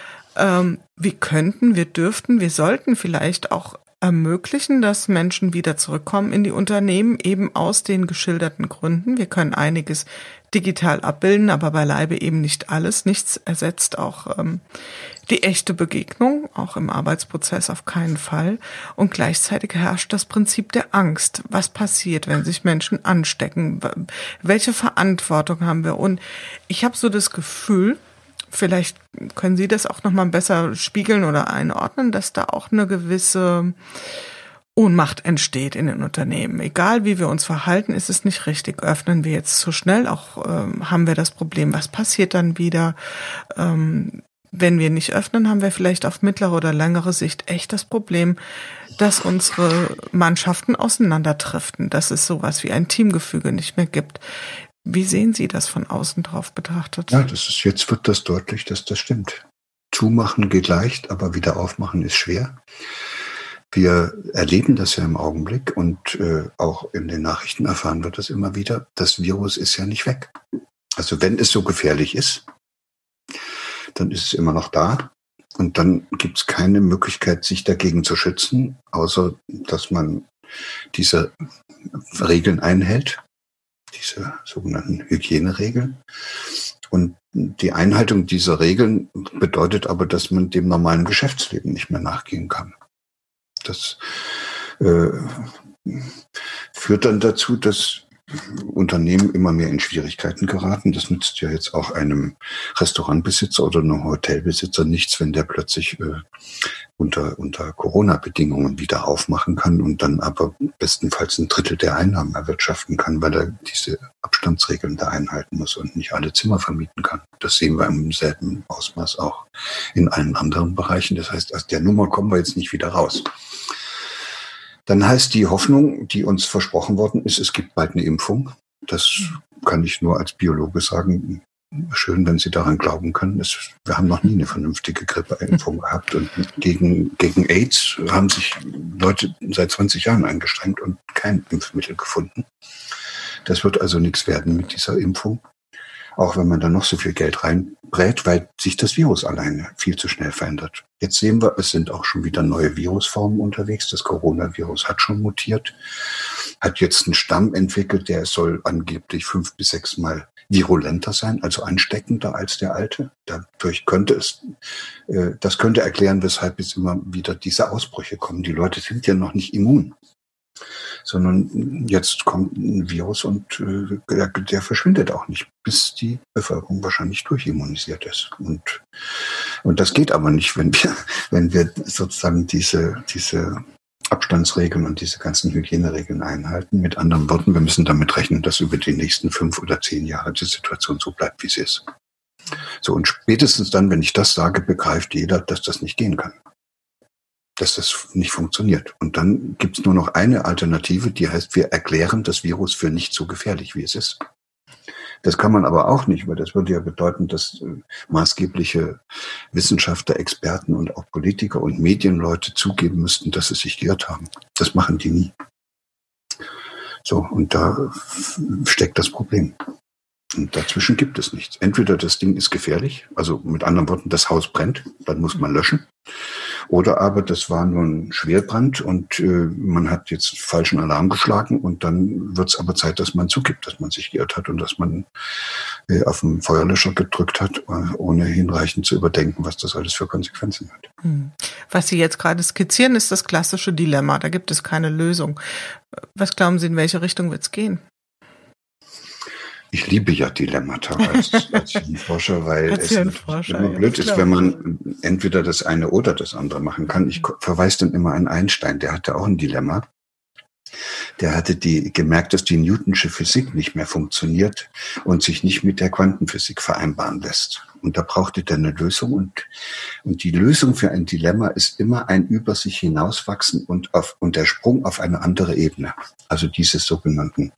wir sollten vielleicht auch ermöglichen, dass Menschen wieder zurückkommen in die Unternehmen, eben aus den geschilderten Gründen. Wir können einiges digital abbilden, aber beileibe eben nicht alles. Nichts ersetzt auch die echte Begegnung, auch im Arbeitsprozess auf keinen Fall. Und gleichzeitig herrscht das Prinzip der Angst. Was passiert, wenn sich Menschen anstecken? Welche Verantwortung haben wir? Und ich habe so das Gefühl, Vielleicht können Sie das auch nochmal besser spiegeln oder einordnen, dass da auch eine gewisse Ohnmacht entsteht in den Unternehmen. Egal wie wir uns verhalten, ist es nicht richtig. Öffnen wir jetzt zu schnell, auch haben wir das Problem, was passiert dann wieder? Wenn wir nicht öffnen, haben wir vielleicht auf mittlere oder längere Sicht echt das Problem, dass unsere Mannschaften auseinanderdriften, dass es sowas wie ein Teamgefüge nicht mehr gibt. Wie sehen Sie das von außen drauf betrachtet? Ja, jetzt wird das deutlich, dass das stimmt. Zumachen geht leicht, aber wieder aufmachen ist schwer. Wir erleben das ja im Augenblick und auch in den Nachrichten erfahren wir das immer wieder. Das Virus ist ja nicht weg. Also wenn es so gefährlich ist, dann ist es immer noch da. Und dann gibt es keine Möglichkeit, sich dagegen zu schützen, außer dass man diese Regeln einhält, diese sogenannten Hygieneregeln. Und die Einhaltung dieser Regeln bedeutet aber, dass man dem normalen Geschäftsleben nicht mehr nachgehen kann. Das führt dann dazu, dass Unternehmen immer mehr in Schwierigkeiten geraten. Das nützt ja jetzt auch einem Restaurantbesitzer oder einem Hotelbesitzer nichts, wenn der plötzlich unter Corona-Bedingungen wieder aufmachen kann und dann aber bestenfalls 1/3 der Einnahmen erwirtschaften kann, weil er diese Abstandsregeln da einhalten muss und nicht alle Zimmer vermieten kann. Das sehen wir im selben Ausmaß auch in allen anderen Bereichen. Das heißt, aus der Nummer kommen wir jetzt nicht wieder raus. Dann heißt die Hoffnung, die uns versprochen worden ist, es gibt bald eine Impfung. Das kann ich nur als Biologe sagen. Schön, wenn Sie daran glauben können. Wir haben noch nie eine vernünftige Grippeimpfung gehabt. Und gegen AIDS haben sich Leute seit 20 Jahren angestrengt und kein Impfmittel gefunden. Das wird also nichts werden mit dieser Impfung. Auch wenn man da noch so viel Geld reinbrät, weil sich das Virus alleine viel zu schnell verändert. Jetzt sehen wir, es sind auch schon wieder neue Virusformen unterwegs. Das Coronavirus hat schon mutiert, hat jetzt einen Stamm entwickelt, der soll angeblich 5 bis 6 Mal virulenter sein, also ansteckender als der alte. Dadurch das könnte erklären, weshalb jetzt immer wieder diese Ausbrüche kommen. Die Leute sind ja noch nicht immun, sondern jetzt kommt ein Virus und der verschwindet auch nicht, bis die Bevölkerung wahrscheinlich durchimmunisiert ist. Und das geht aber nicht, wenn wir sozusagen diese Abstandsregeln und diese ganzen Hygieneregeln einhalten. Mit anderen Worten, wir müssen damit rechnen, dass über die nächsten 5 oder 10 Jahre die Situation so bleibt, wie sie ist. So, und spätestens dann, wenn ich das sage, begreift jeder, dass das nicht gehen kann. Dass das nicht funktioniert. Und dann gibt es nur noch eine Alternative, die heißt, wir erklären das Virus für nicht so gefährlich, wie es ist. Das kann man aber auch nicht, weil das würde ja bedeuten, dass maßgebliche Wissenschaftler, Experten und auch Politiker und Medienleute zugeben müssten, dass sie sich geirrt haben. Das machen die nie. So, und da steckt das Problem. Und dazwischen gibt es nichts. Entweder das Ding ist gefährlich, also mit anderen Worten, das Haus brennt, dann muss man löschen. Oder aber das war nur ein Schwerbrand und man hat jetzt falschen Alarm geschlagen und dann wird es aber Zeit, dass man zugibt, dass man sich geirrt hat und dass man auf den Feuerlöscher gedrückt hat, ohne hinreichend zu überdenken, was das alles für Konsequenzen hat. Was Sie jetzt gerade skizzieren, ist das klassische Dilemma. Da gibt es keine Lösung. Was glauben Sie, in welche Richtung wird es gehen? Ich liebe ja Dilemmata als Hirnforscher, weil es immer blöd ist, wenn man entweder das eine oder das andere machen kann. Ich verweise dann immer an Einstein, der hatte auch ein Dilemma. Der hatte gemerkt, dass die Newtonsche Physik nicht mehr funktioniert und sich nicht mit der Quantenphysik vereinbaren lässt. Und da brauchte der eine Lösung. Und die Lösung für ein Dilemma ist immer ein über sich hinauswachsen und der Sprung auf eine andere Ebene. Also diese sogenannten,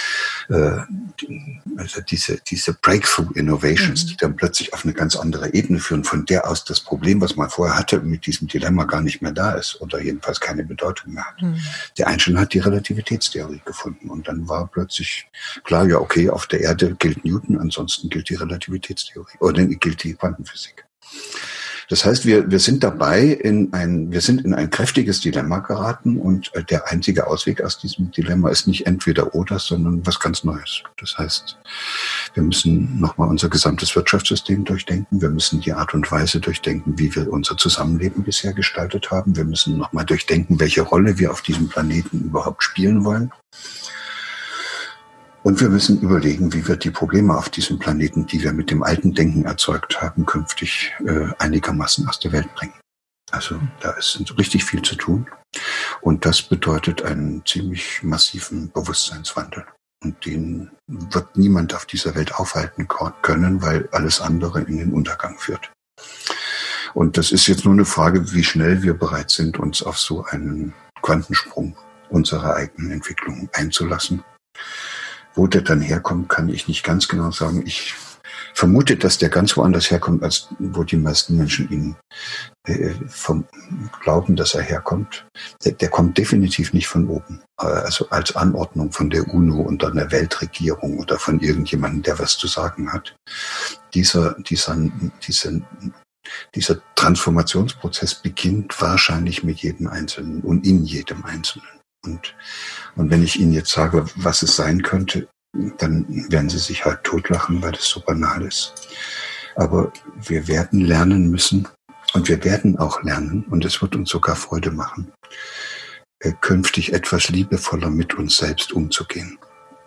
diese Breakthrough Innovations, die dann plötzlich auf eine ganz andere Ebene führen, von der aus das Problem, was man vorher hatte, mit diesem Dilemma gar nicht mehr da ist oder jedenfalls keine Bedeutung mehr hat. Der Einstein hat die Relativitätstheorie gefunden und dann war plötzlich klar, ja okay, auf der Erde gilt Newton, ansonsten gilt die Relativitätstheorie oder gilt die Quantenphysik. Das heißt, wir sind in ein kräftiges Dilemma geraten und der einzige Ausweg aus diesem Dilemma ist nicht entweder oder, sondern was ganz Neues. Das heißt, wir müssen nochmal unser gesamtes Wirtschaftssystem durchdenken. Wir müssen die Art und Weise durchdenken, wie wir unser Zusammenleben bisher gestaltet haben. Wir müssen nochmal durchdenken, welche Rolle wir auf diesem Planeten überhaupt spielen wollen. Und wir müssen überlegen, wie wir die Probleme auf diesem Planeten, die wir mit dem alten Denken erzeugt haben, künftig einigermaßen aus der Welt bringen. Also da ist richtig viel zu tun. Und das bedeutet einen ziemlich massiven Bewusstseinswandel. Und den wird niemand auf dieser Welt aufhalten können, weil alles andere in den Untergang führt. Und das ist jetzt nur eine Frage, wie schnell wir bereit sind, uns auf so einen Quantensprung unserer eigenen Entwicklung einzulassen. Wo der dann herkommt, kann ich nicht ganz genau sagen. Ich vermute, dass der ganz woanders herkommt, als wo die meisten Menschen ihn glauben, dass er herkommt. Der kommt definitiv nicht von oben. Also als Anordnung von der UNO und einer Weltregierung oder von irgendjemandem, der was zu sagen hat. Dieser Transformationsprozess beginnt wahrscheinlich mit jedem Einzelnen und in jedem Einzelnen. Und wenn ich Ihnen jetzt sage, was es sein könnte, dann werden Sie sich halt totlachen, weil das so banal ist. Aber wir werden lernen müssen und wir werden auch lernen, und es wird uns sogar Freude machen, künftig etwas liebevoller mit uns selbst umzugehen.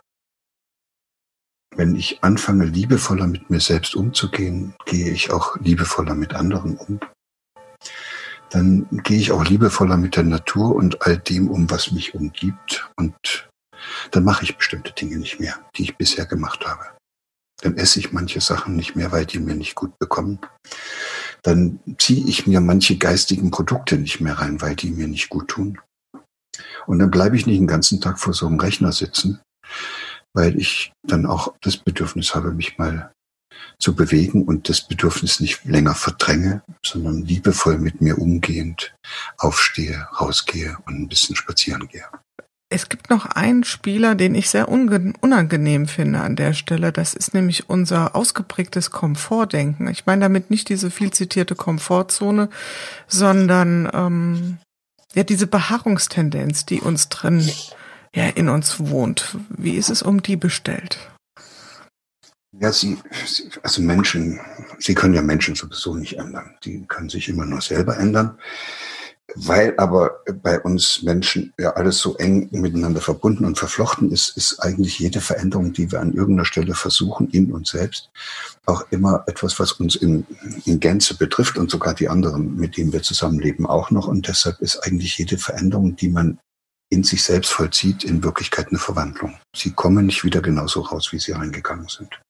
Wenn ich anfange, liebevoller mit mir selbst umzugehen, gehe ich auch liebevoller mit anderen um. Dann gehe ich auch liebevoller mit der Natur und all dem um, was mich umgibt. Und dann mache ich bestimmte Dinge nicht mehr, die ich bisher gemacht habe. Dann esse ich manche Sachen nicht mehr, weil die mir nicht gut bekommen. Dann ziehe ich mir manche geistigen Produkte nicht mehr rein, weil die mir nicht gut tun. Und dann bleibe ich nicht den ganzen Tag vor so einem Rechner sitzen, weil ich dann auch das Bedürfnis habe, mich mal zu bewegen und das Bedürfnis nicht länger verdränge, sondern liebevoll mit mir umgehend aufstehe, rausgehe und ein bisschen spazieren gehe. Es gibt noch einen Spieler, den ich sehr unangenehm finde an der Stelle. Das ist nämlich unser ausgeprägtes Komfortdenken. Ich meine damit nicht diese viel zitierte Komfortzone, sondern diese Beharrungstendenz, die uns drin, in uns wohnt. Wie ist es um die bestellt? Ja, also Menschen, Sie können ja Menschen sowieso nicht ändern. Die können sich immer nur selber ändern. Weil aber bei uns Menschen ja alles so eng miteinander verbunden und verflochten ist eigentlich jede Veränderung, die wir an irgendeiner Stelle versuchen, in uns selbst, auch immer etwas, was uns in Gänze betrifft und sogar die anderen, mit denen wir zusammenleben, auch noch. Und deshalb ist eigentlich jede Veränderung, die man in sich selbst vollzieht, in Wirklichkeit eine Verwandlung. Sie kommen nicht wieder genauso raus, wie sie reingegangen sind.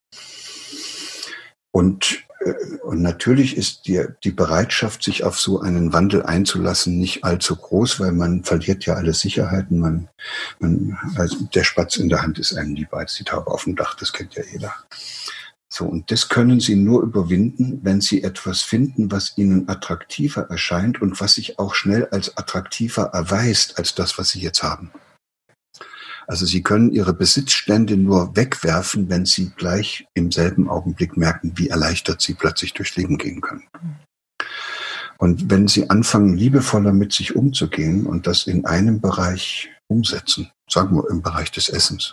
Und natürlich ist die Bereitschaft, sich auf so einen Wandel einzulassen, nicht allzu groß, weil man verliert ja alle Sicherheiten. Also der Spatz in der Hand ist einem lieber als die Taube auf dem Dach, das kennt ja jeder. So, und das können Sie nur überwinden, wenn Sie etwas finden, was Ihnen attraktiver erscheint und was sich auch schnell als attraktiver erweist als das, was Sie jetzt haben. Also Sie können Ihre Besitzstände nur wegwerfen, wenn Sie gleich im selben Augenblick merken, wie erleichtert Sie plötzlich durchs Leben gehen können. Und wenn Sie anfangen, liebevoller mit sich umzugehen und das in einem Bereich umsetzen, sagen wir im Bereich des Essens,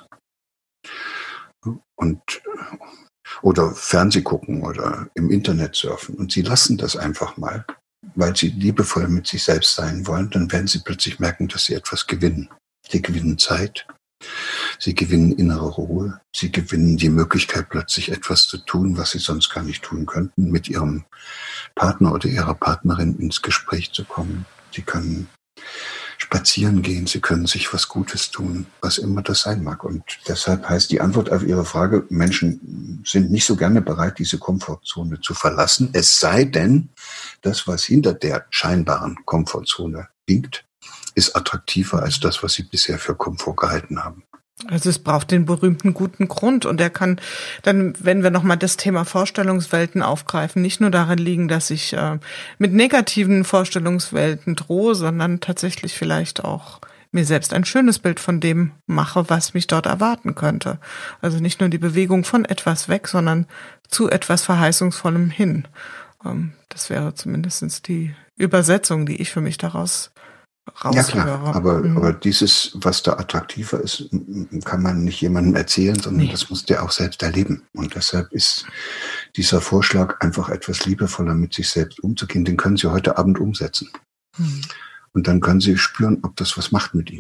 oder Fernseh gucken oder im Internet surfen, und Sie lassen das einfach mal, weil Sie liebevoll mit sich selbst sein wollen, dann werden Sie plötzlich merken, dass Sie etwas gewinnen. Sie gewinnen Zeit. Sie gewinnen innere Ruhe. Sie gewinnen die Möglichkeit, plötzlich etwas zu tun, was Sie sonst gar nicht tun könnten, mit Ihrem Partner oder Ihrer Partnerin ins Gespräch zu kommen. Sie können spazieren gehen, Sie können sich was Gutes tun, was immer das sein mag. Und deshalb heißt die Antwort auf Ihre Frage, Menschen sind nicht so gerne bereit, diese Komfortzone zu verlassen, es sei denn, das, was hinter der scheinbaren Komfortzone liegt, ist attraktiver als das, was Sie bisher für Komfort gehalten haben. Also es braucht den berühmten guten Grund, und der kann dann, wenn wir nochmal das Thema Vorstellungswelten aufgreifen, nicht nur darin liegen, dass ich mit negativen Vorstellungswelten drohe, sondern tatsächlich vielleicht auch mir selbst ein schönes Bild von dem mache, was mich dort erwarten könnte. Also nicht nur die Bewegung von etwas weg, sondern zu etwas Verheißungsvollem hin. Das wäre zumindest die Übersetzung, die ich für mich daraus raushöre. Ja klar, aber dieses, was da attraktiver ist, kann man nicht jemandem erzählen, sondern das muss der auch selbst erleben. Und deshalb ist dieser Vorschlag, einfach etwas liebevoller mit sich selbst umzugehen, den können Sie heute Abend umsetzen. Und dann können Sie spüren, ob das was macht mit Ihnen.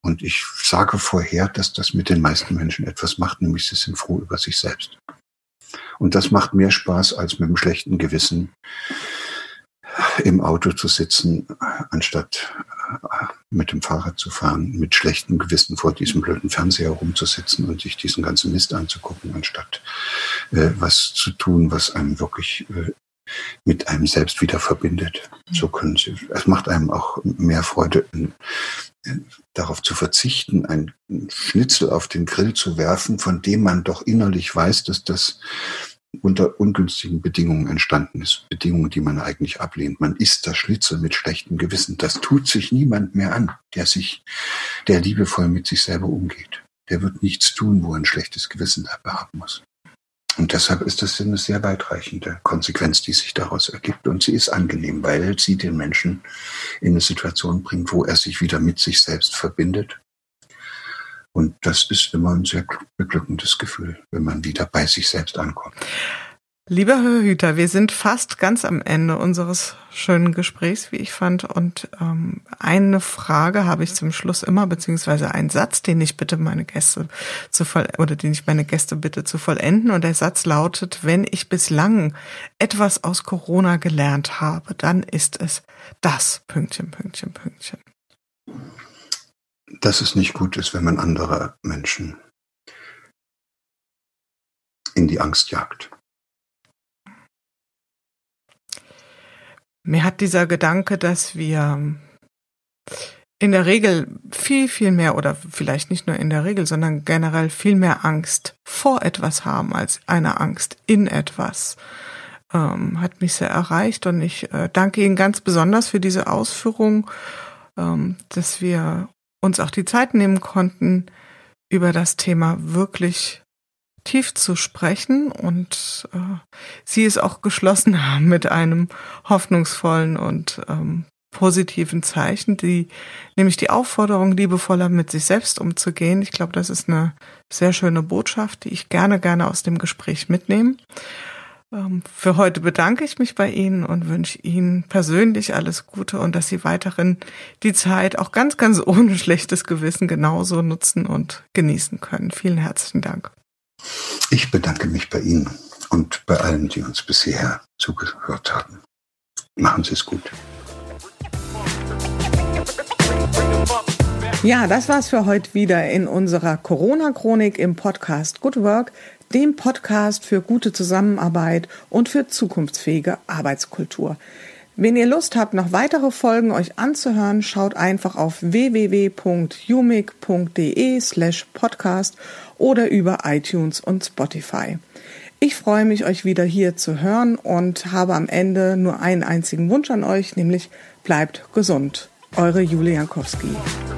Und ich sage vorher, dass das mit den meisten Menschen etwas macht, nämlich sie sind froh über sich selbst. Und das macht mehr Spaß, als mit einem schlechten Gewissen im Auto zu sitzen, anstatt mit dem Fahrrad zu fahren, mit schlechtem Gewissen vor diesem blöden Fernseher rumzusitzen und sich diesen ganzen Mist anzugucken, anstatt was zu tun, was einem wirklich mit einem selbst wieder verbindet. So können Sie. Es macht einem auch mehr Freude, darauf zu verzichten, einen Schnitzel auf den Grill zu werfen, von dem man doch innerlich weiß, dass das unter ungünstigen Bedingungen entstanden ist. Bedingungen, die man eigentlich ablehnt. Man isst das Schnitzel mit schlechtem Gewissen. Das tut sich niemand mehr an, der liebevoll mit sich selber umgeht. Der wird nichts tun, wo er ein schlechtes Gewissen dabei haben muss. Und deshalb ist das eine sehr weitreichende Konsequenz, die sich daraus ergibt. Und sie ist angenehm, weil sie den Menschen in eine Situation bringt, wo er sich wieder mit sich selbst verbindet. Und das ist immer ein sehr beglückendes Gefühl, wenn man wieder bei sich selbst ankommt. Lieber Herr Hüter, wir sind fast ganz am Ende unseres schönen Gesprächs, wie ich fand. Und eine Frage habe ich zum Schluss immer, beziehungsweise einen Satz, den ich meine Gäste bitte zu vollenden. Und der Satz lautet: Wenn ich bislang etwas aus Corona gelernt habe, dann ist es das ... Dass es nicht gut ist, wenn man andere Menschen in die Angst jagt. Mir hat dieser Gedanke, dass wir in der Regel viel, viel mehr, oder vielleicht nicht nur in der Regel, sondern generell viel mehr Angst vor etwas haben als eine Angst in etwas, hat mich sehr erreicht. Und ich danke Ihnen ganz besonders für diese Ausführung, dass wir uns auch die Zeit nehmen konnten, über das Thema wirklich tief zu sprechen und Sie es auch geschlossen haben mit einem hoffnungsvollen und positiven Zeichen, nämlich die Aufforderung, liebevoller mit sich selbst umzugehen. Ich glaube, das ist eine sehr schöne Botschaft, die ich gerne aus dem Gespräch mitnehme. Für heute bedanke ich mich bei Ihnen und wünsche Ihnen persönlich alles Gute und dass Sie weiterhin die Zeit auch ganz, ganz ohne schlechtes Gewissen genauso nutzen und genießen können. Vielen herzlichen Dank. Ich bedanke mich bei Ihnen und bei allen, die uns bisher zugehört haben. Machen Sie es gut. Ja, das war's für heute wieder in unserer Corona-Chronik im Podcast Good Work, dem Podcast für gute Zusammenarbeit und für zukunftsfähige Arbeitskultur. Wenn ihr Lust habt, noch weitere Folgen euch anzuhören, schaut einfach auf www.umic.de/podcast oder über iTunes und Spotify. Ich freue mich, euch wieder hier zu hören und habe am Ende nur einen einzigen Wunsch an euch, nämlich bleibt gesund. Eure Julia Jankowski.